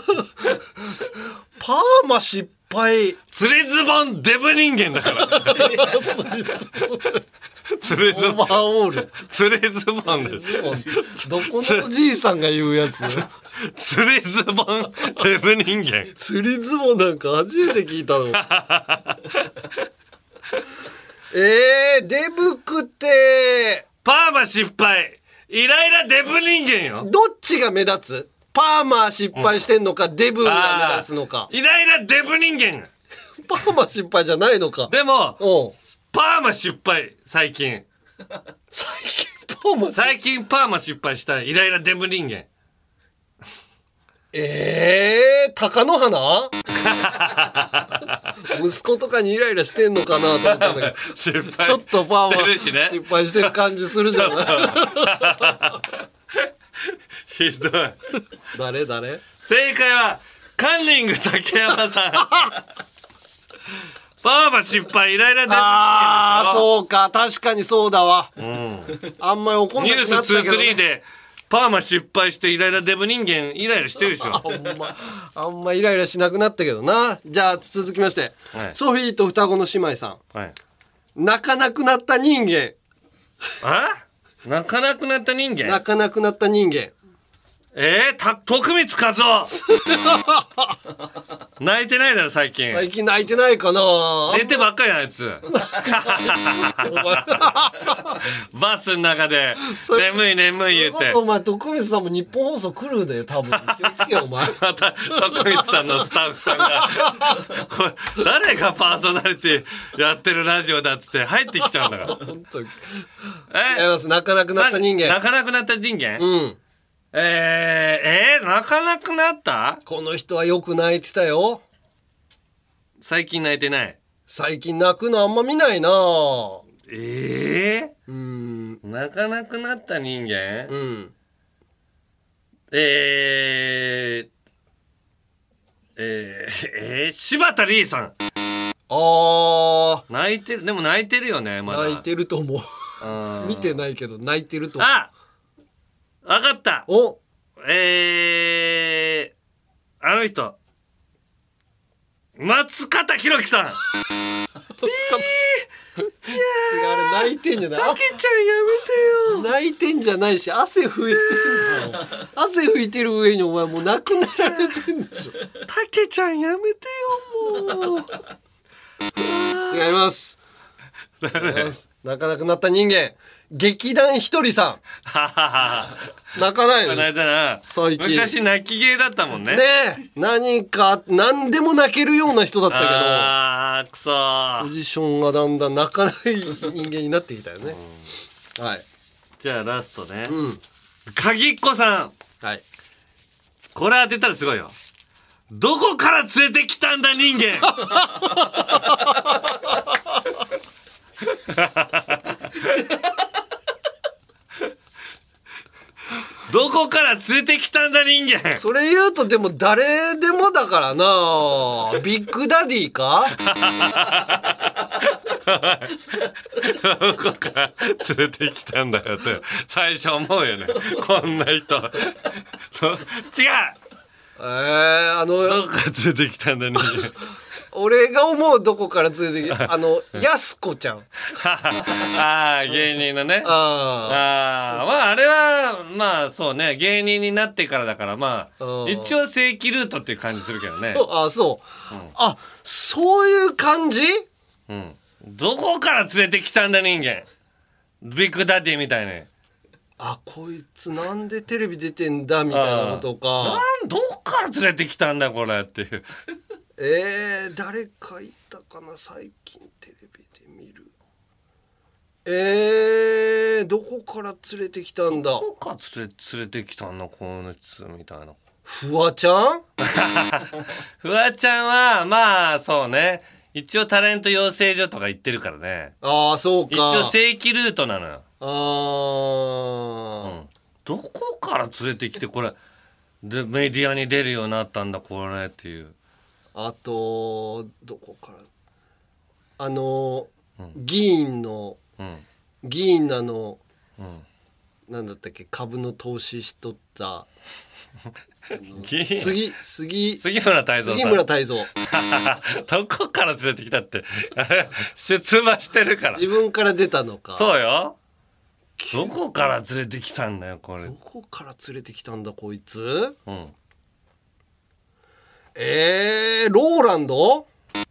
B: パーマ失敗
A: 釣りズボンデブ人間だから
B: 釣りズボン
A: 釣りズボン
B: オーバーオール
A: 釣りズボンです
B: どこのおじいさんが言うやつ
A: 釣りズボンデブ人間
B: 釣りズボンなんか初めて聞いたのえー、デブくて
A: パーマ失敗イライラデブ人間よ
B: どっちが目立つパーマ失敗してんのか、うん、デブが目立つのか
A: イライラデブ人間
B: パーマ失敗じゃないのか
A: でもパーマ失敗最近
B: 最近パーマ
A: 最近パーマ失敗したイライラデブ人間
B: えー、貴乃花息子とかにイライラしてんのかなと思ったんだけど
A: 失敗
B: ちょっとパーマ
A: してるしね
B: 失敗してる感じするじゃない
A: ひどい
B: 誰誰
A: 正解はカンニング竹山さんパーマ失敗イライラデブ人間
B: ああそうか確かにそうだわ、うん、あんまり怒んなくなったけど、ね、
A: ニュースにじゅうさんでパーマ失敗してイライラデブ人間イライラしてるでしょ
B: あんまあんまイライラしなくなったけどなじゃあ続きまして、はい、ソフィーと双子の姉妹さん、はい、泣かなくなった人間
A: あ泣かなくなった人間
B: 泣かなくなった人間
A: えー、た徳光和夫泣いてないだろ最近
B: 最近泣いてないかな
A: 寝てばっかりやあいつバスの中で眠い眠い言って
B: お前徳光さんも日本放送来るで多分気をつけよお前
A: また徳光さんのスタッフさんがこれ誰がパーソナリティやってるラジオだっつって入ってきちゃうんだから本当に
B: えー、泣かなくなった人間
A: 泣かなくなった人間
B: うん
A: えー、えー、泣かなくなった
B: この人はよく泣いてたよ
A: 最近泣いてない
B: 最近泣くのあんま見ないな
A: ええー、
B: うん
A: 泣かなくなった人間
B: うん
A: えー、えー、えー、柴田理恵さん
B: あー
A: 泣いてるでも泣いてるよねまだ
B: 泣いてると思う見てないけど泣いてると思う
A: あわかった
B: お
A: えー、あの人松方弘樹さん松方
B: 違うあれ泣いてんじゃない
A: たけちゃんやめてよ
B: 泣いてんじゃないし汗拭いてんだよ汗拭いてる上にお前もう泣くなられてんでしょ
A: たけちゃんやめてよもう
B: 違います違います泣かなくなった人間劇団ひとりさん泣かないの
A: 泣いたな最近昔泣き芸だったもんね
B: ねえ何か何でも泣けるような人だったけど
A: あーくそ
B: ポジションがだんだん泣かない人間になってきたよね、うん、はい
A: じゃあラストね、
B: うん、
A: 鍵っ子さん
B: はい
A: これ当てたらすごいよどこから連れてきたんだ人間どこから連れてきたんだ人間
B: それ言うとでも誰でもだからなビッグダディか
A: どこから連れてきたんだよって最初思うよねこんな人違う
B: えー、あの
A: どこから連れてきたんだ人間
B: 俺が思うどこから連れてきたあのやすこちゃん
H: ああ芸人のね
B: あ
H: あまああれはまあそうね芸人になってからだからまあ一応正規ルートっていう感じするけどね
B: あそう、うん、あそういう感じ
H: うんどこから連れてきたんだ人間ビッグダディみたいに
B: あこいつなんでテレビ出てんだみたいなことか
H: なんどっから連れてきたんだこれっていう
B: えー、誰かいたかな最近テレビで見るえー、どこから連れてきたんだ
H: どこから連れ、連れてきたんだこの人みたいな
B: フワちゃん
H: フワちゃんはまあそうね一応タレント養成所とか行ってるからね
B: ああそうか
H: 一応正規ルートなのよ
B: あー、
H: うん、どこから連れてきてこれでメディアに出るようになったんだこれっていう
B: あとどこからあの、うん、議員の、うん、議員なの、うん、なんだったっけ株の投資しとった杉杉
H: 杉村太蔵さん
B: 杉村太蔵
H: どこから連れてきたって出馬してるから
B: 自分から出たのか
H: そうよどこから連れてきたんだよこれ
B: どこから連れてきたんだこいつ、
H: うん、
B: えー、ローランド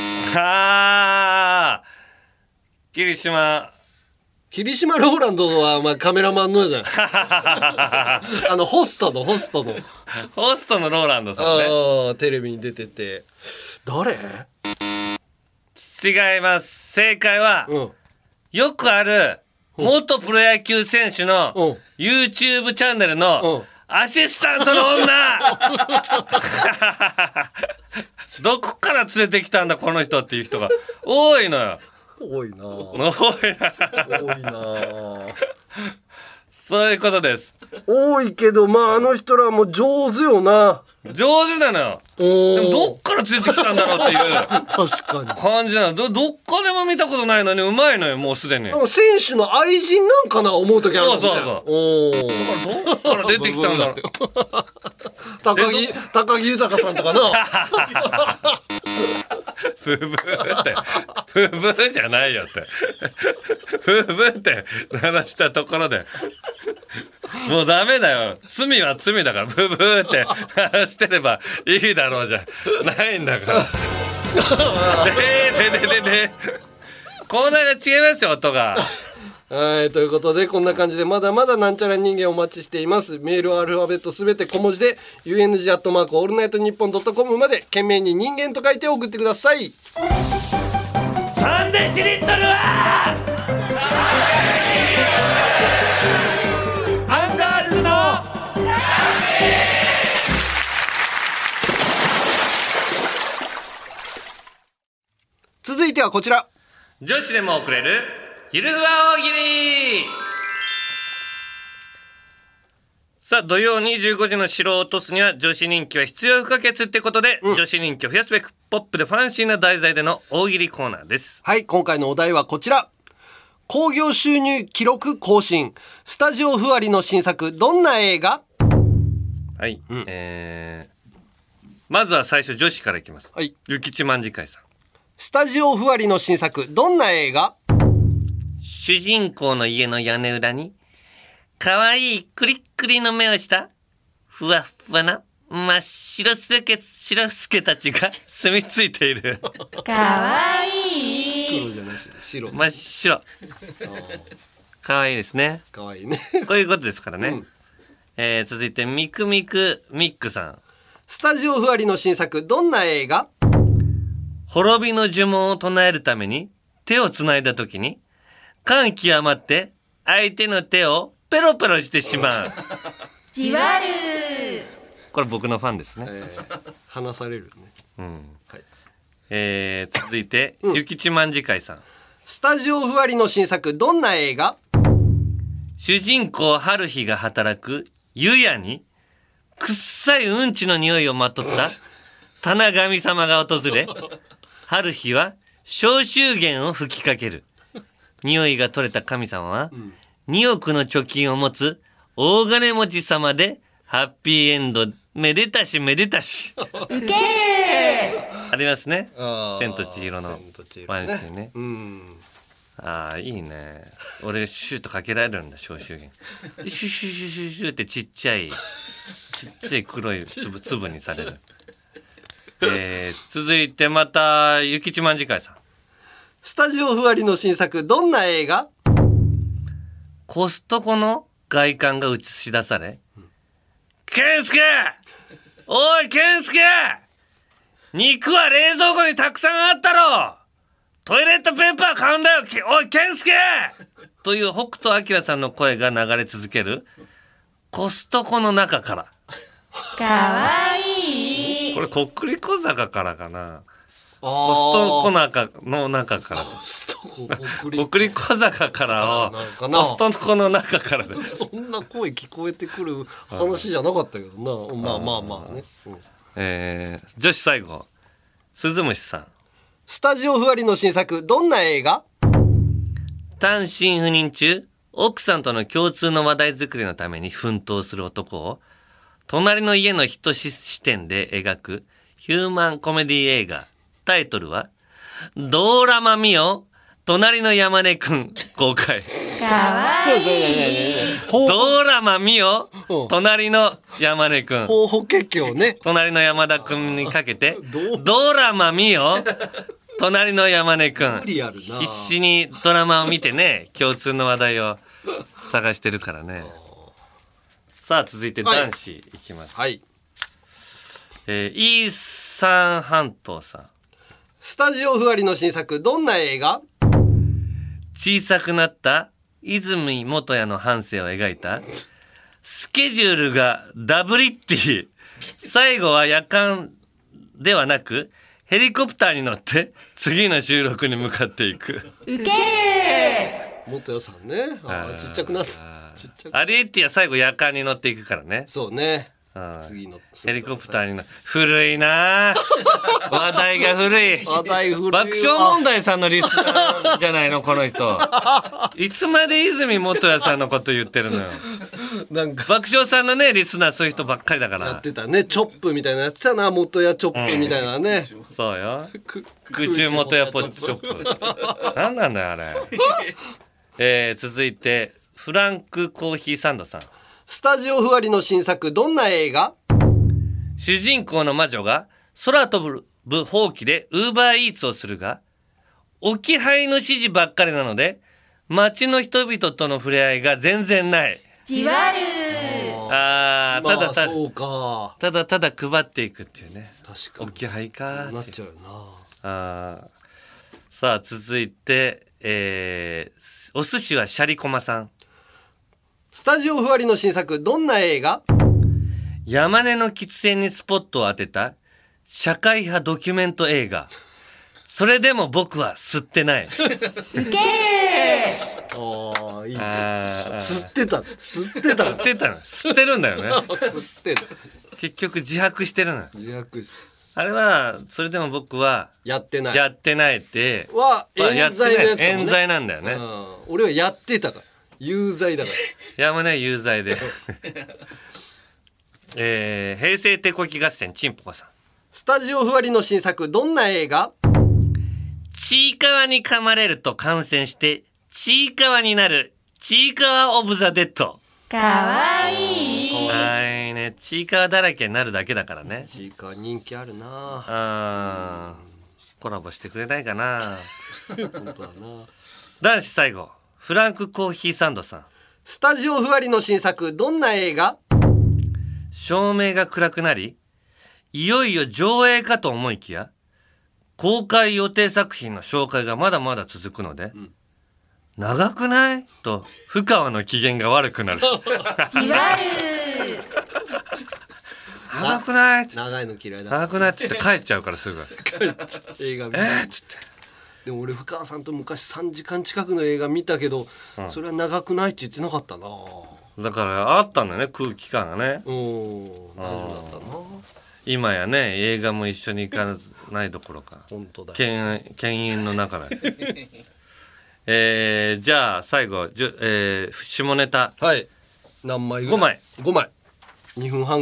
H: あー霧島
B: 霧島ローランドはまあカメラマンのじゃんあのホストのホストの
H: ホストのローランドさんね
B: あテレビに出てて誰
H: 違います正解は、うん、よくある元プロ野球選手の YouTube チャンネルのアシスタントの女どこから連れてきたんだこの人っていう人が多いのよ
B: 多いな
H: 多いな
B: 多いな
H: そういうことです
B: 多いけどまああの人らも上手よな
H: 上手なのよでもどっから連れてきたんだろうっていう
B: 確かに
H: 感じなの ど, どっかでも見たことないのにうまいのよもうすでに
B: 選手の愛人なんかな思う時あるもんね
H: そうそうそうおどっから出てきたんだろう
B: 高木高木豊さんとかな
H: ブブーってブブーじゃないよってブブーって鳴らしたところでもうダメだよ罪は罪だからブブーって鳴らしてればいいだろうじゃないんだからでででででコーナーが違いますよ音が
B: はいということでこんな感じでまだまだなんちゃら人間お待ちしていますメールアルファベットすべて小文字で ユーエヌジー アットマークオールナイトニッポンドットコムまで懸命に人間と書いて送ってください
H: さんデシリットルはアンガールズの
B: 続いてはこちら
H: 女子でも送れるゆるふわ大喜利さあ土曜にじゅうごじの城を落とすには女子人気は必要不可欠ってことで、うん、女子人気を増やすべくポップでファンシーな題材での大喜利コーナーです
B: はい今回のお題はこちら興行収入記録更新スタジオふわりの新作どんな映画
H: はい、うん、えー、まずは最初女子からいきます、はい、ゆきちまんじかいさん
B: スタジオふわりの新作どんな映画
H: 主人公の家の屋根裏にかわいいクリックリの目をしたふわふわな真っ白すけ白すけたちが住み着いている
I: かわいい
B: 黒じゃないし白
H: 真っ白かわいいですね
B: かわいいね
H: こういうことですからね、うんえー、続いてミクミクミックさん
B: スタジオふわりの新作どんな映画
H: 滅びの呪文を唱えるために手をつないだ時に感極まって相手の手をペロペロしてしまう
I: じわる
H: これ僕のファンですね、え
B: ー、話されるね、
H: うんはいえー、続いて、うん、ゆきちまんじかいさん
B: スタジオふわりの新作どんな映画
H: 主人公春日が働く湯屋にくっさいうんちの匂いをまとった棚神様が訪れ春日は消臭源を吹きかける匂いが取れた神様は、うん、におくの貯金を持つ大金持ち様でハッピーエンドめでたしめでたし
I: ウケる
H: ありますね。
B: あー
H: 千と千尋の
B: 千と千尋
H: ワンシーンね。
B: うん
H: ああいいね。俺シュートかけられるんだ消臭源。シュシュシュシュシュってちっちゃいちっちゃい黒い粒粒にされる。えー、続いてまたゆきちまんじかいさん。
B: スタジオふわりの新作どんな映画？
H: コストコの外観が映し出され、健介おい健介肉は冷蔵庫にたくさんあったろトイレットペーパー買うんだよおい健介という北斗晶さんの声が流れ続けるコストコの中から。
I: かわいい
H: これこっくり小坂からかな。コストコ中の中から
B: コストコ
H: こっくり小坂からを
B: かな
H: コストコの中からです。
B: そんな声聞こえてくる話じゃなかったけどな。まあまあまあね、うん
H: えー、女子最後鈴虫さん。
B: スタジオふわりの新作どんな映画？
H: 単身赴任中奥さんとの共通の話題作りのために奮闘する男を隣の家の人視点で描くヒューマンコメディ映画。タイトルはドーラマミオ隣の山根くん公開。
I: かわいい
H: ドーラマミオ隣の山根くん
B: ほうほけきょうね
H: 隣の山田くんにかけてドラマ見よ隣の山根くん
B: リアルな
H: 必死にドラマを見てね共通の話題を探してるからね。さあ続いて男子いきます、
B: はい、
H: えー、イーサン半島さん。
B: スタジオふわりの新作どんな映画？
H: 小さくなった泉元也の半生を描いたスケジュールがダブリッティ。最後は夜間ではなくヘリコプターに乗って次の収録に向かっていく。
I: ウケる
B: 元谷さんね。あーちっちゃくなったちっちゃく
H: アリエッティは最後夜間に乗っていくからね。
B: そうね
H: うん
B: 次の
H: ヘリコプターに乗古いな話題が古い
B: 話題古い
H: 爆笑問題さんのリスナーじゃないのこの人。いつまで泉元也さんのこと言ってるのよ。
B: なんか
H: 爆笑さんのねリスナーそういう人ばっかりだから
B: やってたね。チョップみたいなやつやな。元谷チョップみたいなね、
H: そうよ空中元也ポッチョップ何なんだよあれ。えー、続いてフランクコーヒーサンドさん。
B: スタジオふわりの新作どんな映画？
H: 主人公の魔女が空飛ぶほうきでウーバーイーツをするが置き配の指示ばっかりなので街の人々との触れ合いが全然ない。
I: じわる
H: あーただただ、
B: まあ、そうか
H: ただただ配っていくっていうね。
B: 確かに
H: 置き配か
B: なっちゃうよな。
H: あさあ続いて、えー、お寿司はシャリコマさん。
B: スタジオふわりの新作どんな映画？
H: 山根の喫煙にスポットを当てた社会派ドキュメント映画。それでも僕は吸ってない。
I: ウケる
B: ああいいね。
H: あー
B: 吸ってた吸ってた
H: 吸ってたの吸ってるんだよね。
B: 吸ってた
H: 結局自白してるの。
B: 自白し
H: あれはそれでも僕は
B: やってない
H: やってないって
B: は
H: まあ
B: 冤罪のやつだもんね。
H: 冤罪なんだよね。
B: うん俺はやってたから有罪だか
H: 山根は有罪で。えー、平成手こき合戦チンポコさん。
B: スタジオふわりの新作どんな映画？
H: ちいかわに噛まれると感染してちいかわになるちいかわオブザデッド。
I: かわいい
H: はいね、ちいかわだらけになるだけだからね。
B: ちいかわ人気あるな。
H: あーコラボしてくれないかな。
B: 本当だな。
H: 男子最後フランクコーヒーサンドさん。
B: スタジオふわりの新作どんな映画？
H: 照明が暗くなりいよいよ上映かと思いきや公開予定作品の紹介がまだまだ続くので、うん、長くないと深川の機嫌が悪くなる。
I: じわる
H: 長くない
B: 長いの嫌いだ。
H: 長くないって言って帰っちゃうからすぐ
B: 帰っちゃう映画見て、えー、っつってでも俺深川さんと昔さんじかん近くの映画見たけど、うん、それは長くないって言ってなかったな。
H: だからあったんだよね空気感がね。
B: うん大丈夫だったな。
H: 今やね映画も一緒に行かないどころか
B: 本当だ
H: 犬犬の中で。えー、じゃあ最後じゅ、えー、下ネタ
B: はい何枚ぐらい？
H: ごまい
B: ごまいにふんはんぐらい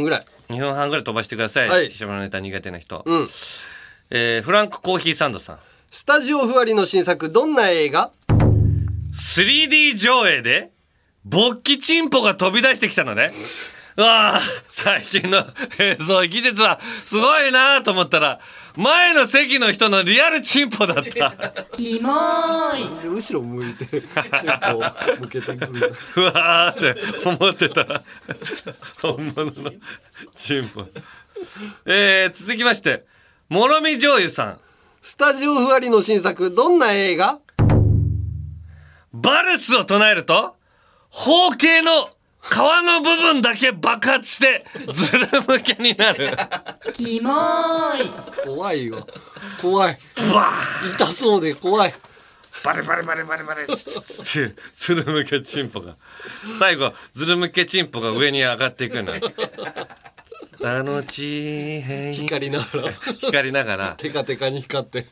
H: にふんはんぐらい飛ばしてください、
B: はい
H: 岸のネタ苦手な人、
B: うん、
H: えー、フランクコーヒーサンドさん、
B: スタジオふわりの新作どんな映画？
H: スリーディー 上映で勃起チンポが飛び出してきたのねうわあ、最近の映像技術はすごいなと思ったら前の席の人のリアルチンポだった
I: キモーい。
B: 後ろ向いてチンポを向けてくる
H: うわーって思ってたら本物のチンポ。えー、続きましてもろみ醤油さん、
B: スタジオふわりの新作どんな映画？
H: バルスを唱えると包茎の皮の部分だけ爆発してズル向けになる
I: キモーい。
B: 怖いわ怖い、痛そうで怖い。
H: バリバリバリバリバリってズル向けチンポが最後ズル向けチンポが上に上がっていくのあの地平に
B: 光りながら
H: 光りながら
B: テカテカに光って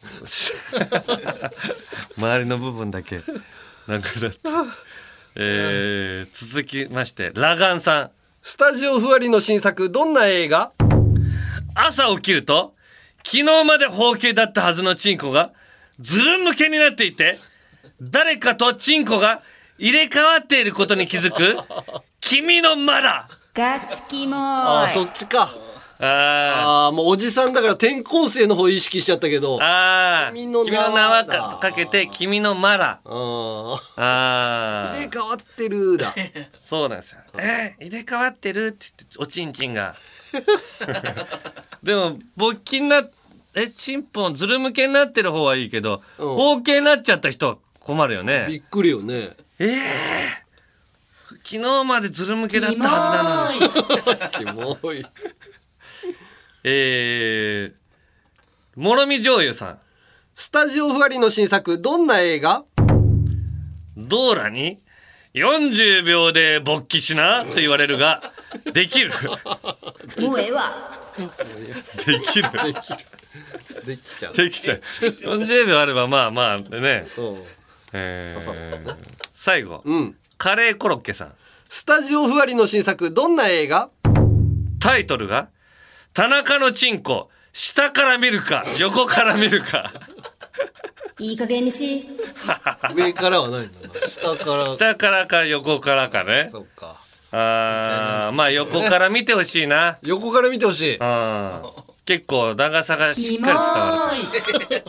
H: 周りの部分だけなんかだってえー、続きましてラガンさん、
B: スタジオふわりの新作どんな映画？
H: 朝起きると昨日まで包茎だったはずのチンコがズル向けになっていて誰かとチンコが入れ替わっていることに気づく君のマラ。
I: ガチキモーい。
B: ああそっちか。
H: あ
B: あーもうおじさんだから転校生の方意識しちゃったけど、
H: あ
B: 君の
H: 君の名はかかけて君のマラ。
B: あ
H: あ
B: 入れ替わってるだ
H: そうなんですよ。えー、入れ替わってるって言っておちんちんがでも勃起になっえチンポンズル向けになってる方はいいけど、うん、包茎になっちゃった人は困るよね。
B: びっくりよね。
H: えー、昨日までズル向けだったはずなのに
B: キモい
H: えー、もろみ醤油さん、
B: スタジオふわりの新作どんな映画？
H: ドーラによんじゅうびょうで勃起しなと言われるができる
I: もうええわ。
H: できる
B: できるできちゃう
H: できちゃうよんじゅうびょうあればまあまあね、えー、最後、うん、カレーコロッケさん、
B: スタジオふわりの新作どんな映画？
H: タイトルが田中のチンコ下から見るか横から見るか
I: いい加減にし
B: 上からはないんだな、下から
H: 下からか横からかね。
B: そっか。
H: あーまあ横から見てほしいな
B: 横から見てほしい。
H: あ結構長さがしっかり伝わる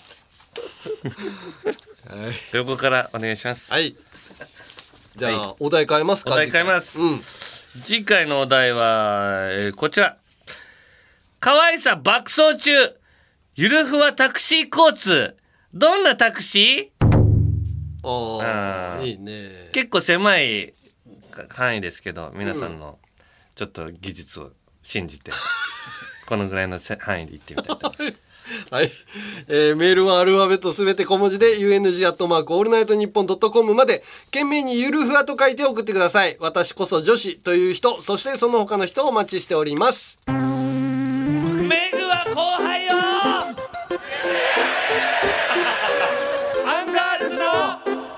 H: 横からお願いします。
B: はいじゃあ、はい、お題変えますか。
H: お題変えます、うん、次回のお題は、えー、こちら。可愛さ爆走中ゆるふわタクシー交通どんなタクシ
B: ー？ああいいね。
H: 結構狭い範囲ですけど皆さんのちょっと技術を信じて、うん、このぐらいの範囲で行ってみたいと思います
B: はい、えー、メールはアルファベットすべて小文字で ユーエヌジー アットマークオールナイトニッポンドットコムまで懸命にゆるふわと書いて送ってください。私こそ女子という人、そしてその他の人をお待ちしております。
H: メグは後輩よアンガールズの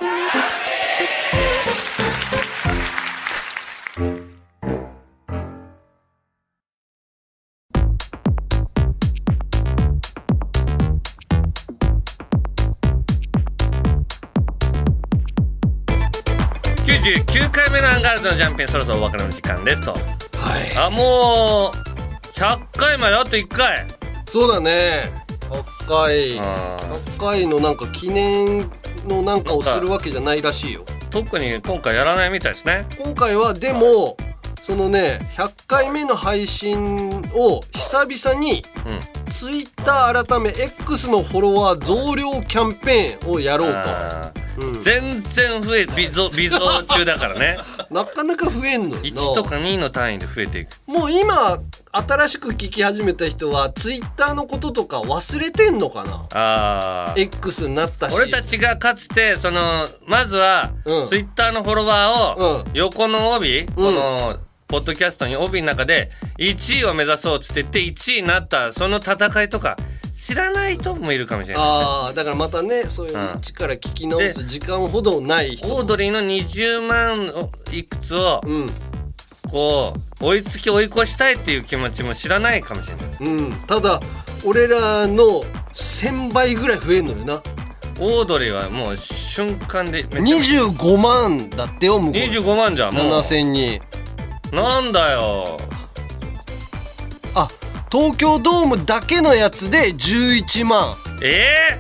H: きゅうじゅうきゅうかいめのアンガールズのジャンピン、そろそろお別れの時間ですと。はい、あもうひゃっかいまであといっかい。
B: そうだね、ひゃっかいひゃっかいのなんか記念のなんかをするわけじゃないらしいよ。
H: 特に今回やらないみたいですね。
B: 今回はでもそのねひゃっかいめの配信を久々に、うん、ツイッター改め X のフォロワー増量キャンペーンをやろうと。うん、
H: 全然増え微増微増中だからね
B: なかなか増えんのよ。
H: いちとかにの単位で増えていく。
B: もう今新しく聞き始めた人はツイッターのこととか忘れてんのかな。あ X になったし、
H: 俺たちがかつてそのまずは、うん、ツイッターのフォロワーを、うん、横の帯、うん、このポッドキャストに帯の中でいちいを目指そうっつって言っていちいになったその戦いとか知らない人もいるかもしれない、ね、
B: ああだからまたねそういう一から聞き直す時間ほどない人、
H: オードリーのにじゅうまんいくつを、うん、 こう追いつき追い越したいっていう気持ちも知らないかもしれない、
B: うん、ただ俺らのせんばいぐらい増えんのよな。
H: オードリーはもう瞬間でめ
B: にじゅうごまんだってよ、向こう
H: にじゅうごまんじゃんもう
B: ななせんにん。
H: なんだよ。
B: あ、東京ドームだけのやつでじゅういちまん。
H: え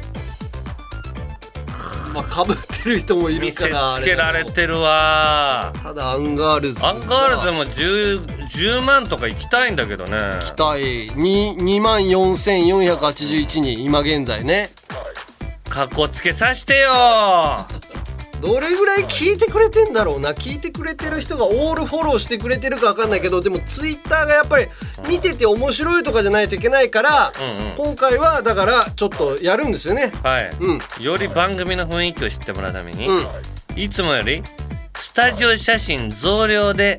B: ー、まあかぶってる人もいるから
H: 見せつけられてるわ。
B: ただアンガールズ
H: アンガールズも 10, じゅうまんとか行きたいんだけどね。
B: 行きたい。にまんよんせんよんひゃくはちじゅういちにん今現在ね。
H: かっこつけさしてよ。
B: どれぐらい聞いてくれてんだろうな。聞いてくれてる人がオールフォローしてくれてるか分かんないけど、でもツイッターがやっぱり見てて面白いとかじゃないといけないから、うんうん、今回はだからちょっとやるんですよね。
H: はい、うん、より番組の雰囲気を知ってもらうために、うん、いつもよりスタジオ写真増量で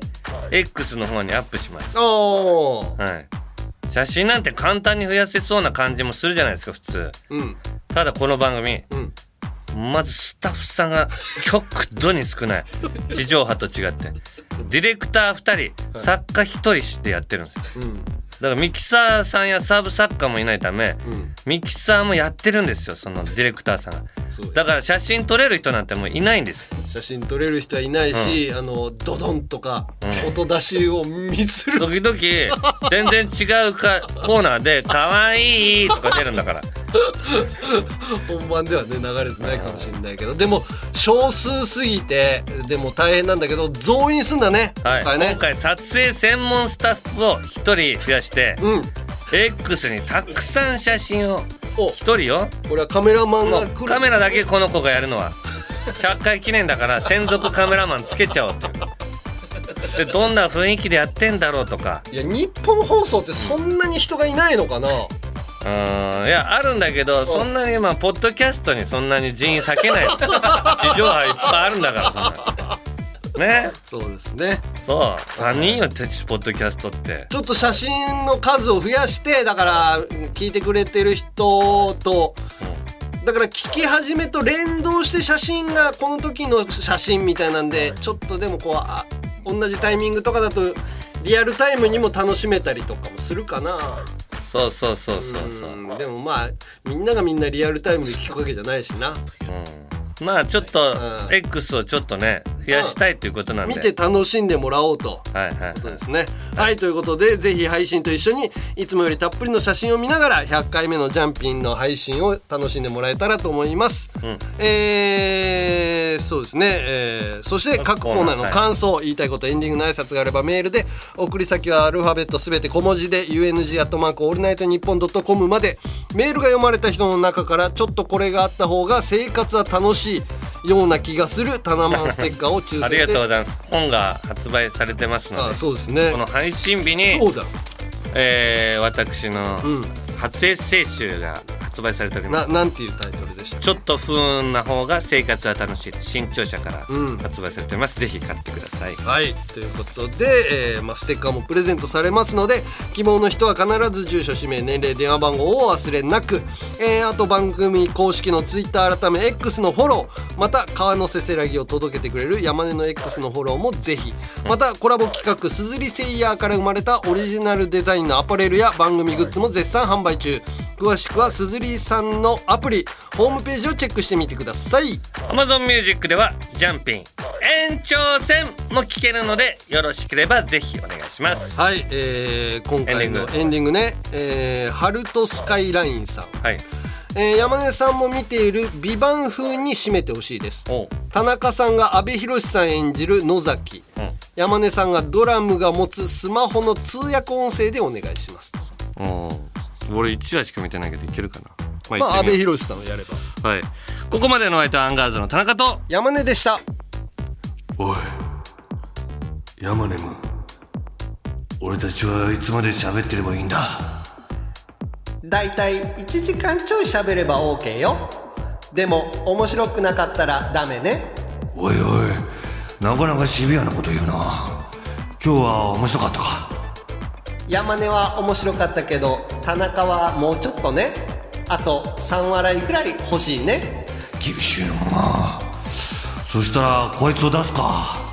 H: X の方にアップします。
B: おー、
H: はい、写真なんて簡単に増やせそうな感じもするじゃないですか普通、うん、ただこの番組、うん、まずスタッフさんが極度に少ない地上波と違ってディレクターふたり、はい、作家ひとりしてやってるんですよ、うん、だからミキサーさんやサブ作家もいないため、うん、ミキサーもやってるんですよ、そのディレクターさんが。だから写真撮れる人なんてもういないんです。
B: 写真撮れる人はいないし、うん、あのドドンとか、うん、音出しをミスる
H: 時々全然違うかコーナーで可愛いとか出るんだから
B: 本番ではね流れてないかもしれないけど、でも少数すぎてでも大変なんだけど増員すんだね、
H: はい、今回ね。今回撮影専門スタッフをひとり増やして、うん、X にたくさん写真をひとりよ。
B: これはカメラマンが来る。
H: カメラだけこの子がやるのはひゃっかい記念だから専属カメラマンつけちゃおうっていうでどんな雰囲気でやってんだろうとか。
B: いや日本放送ってそんなに人がいないのかな。
H: うん、いやあるんだけど、そんなにまあポッドキャストにそんなに人員割けない地上波いっぱいあるんだからそんなね。
B: そうですね。
H: そうさんにんよってポッドキャストって
B: ちょっと写真の数を増やして、だから聞いてくれてる人と、うん、だから聞き始めと連動して写真がこの時の写真みたいなんで、ちょっとでもこうあ同じタイミングとかだとリアルタイムにも楽しめたりとかもするかな。
H: そうそうそうそうそう。
B: うん、でもまあみんながみんなリアルタイムで聞くわけじゃないしな。
H: うん、まあちょっと X をちょっとね増やしたいということなんで、
B: 見て楽しんでもらおうということですね。はい、はい、ということでぜひ配信と一緒にいつもよりたっぷりの写真を見ながらひゃっかいめのジャンピンの配信を楽しんでもらえたらと思います。うん、えー、そうですね、えー、そして各コーナーの感想、はい、言いたいことエンディングの挨拶があればメールで、送り先はアルファベットすべて小文字で ユーエヌジー アットマークオールナイトニッポンドットコムまで。メールが読まれた人の中からちょっとこれがあった方が生活は楽しいような気がするタナマンステッカーを抽選で
H: ありがとうございます。本が発売されてますので、
B: ああそうですね、
H: この配信日に
B: そうだ、
H: えー、私の初エッセイ集が発売されております。
B: な、なんていうタイトルでしたっけ？
H: ちょっと不運な方が生活は楽しい、新潮社から発売されております、うん、ぜひ買ってください。
B: はい、ということで、えーまあ、ステッカーもプレゼントされますので、希望の人は必ず住所氏名年齢電話番号をお忘れなく、えー、あと番組公式のツイッター改め X のフォロー、また川のせせらぎを届けてくれる山根の X のフォローもぜひ、またコラボ企画すずりセイヤーから生まれたオリジナルデザインのアパレルや番組グッズも絶賛販売中。詳しくはすずりさんのアプリホームページをチェックしてみてください。
H: Amazon Music ではジャンピン延長戦も聴けるのでよろしければぜひお願いします。
B: はい、えー、今回のエンディングね、えー、ハルトスカイラインさん、はい、えー、山根さんも見ているビバン風に締めてほしいです。田中さんが阿部寛さん演じる野崎、うん、山根さんがドラムが持つスマホの通訳音声でお願いします。
H: うん、俺いちわしか見てないけどいけるかな。
B: まあ、まあ、阿部寛さんをやれば。
H: はい、ここまでの相手はアンガールズの田中と
B: 山根でした。
A: おい山根も俺たちはいつまで喋ってればいいんだ。
B: だいたいいちじかんちょい喋れば OK よ。でも面白くなかったらダメね。
A: おいおい、なかなかシビアなこと言うな。今日は面白かったか？
B: 山根は面白かったけど田中はもうちょっとね。あとさん笑いぐらい欲しいね。
A: 厳しいな。そしたらこいつを出すか。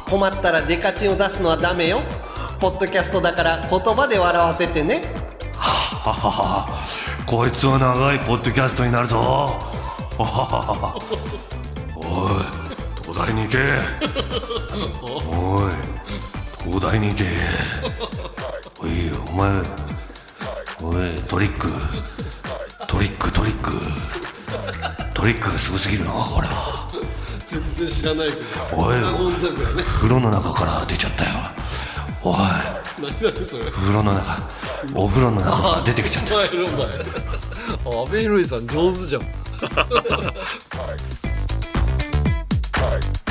B: 困ったらデカチンを出すのはダメよ。ポッドキャストだから言葉で笑わせてね。
A: はははこいつは長いポッドキャストになるぞ。はははおい東大に行け。おい東大に行け。おいお前おいトリックトリックトリックトリックがすごすぎるなこれは。
B: 全然知らないけど。
A: おい
B: ドラゴン桜ね。
A: 風呂の中から出ちゃったよ。おい
B: 何だそれ。
A: 風呂の中お風呂の中から出てきちゃった。
B: 前の前阿部寛さん上手じゃん。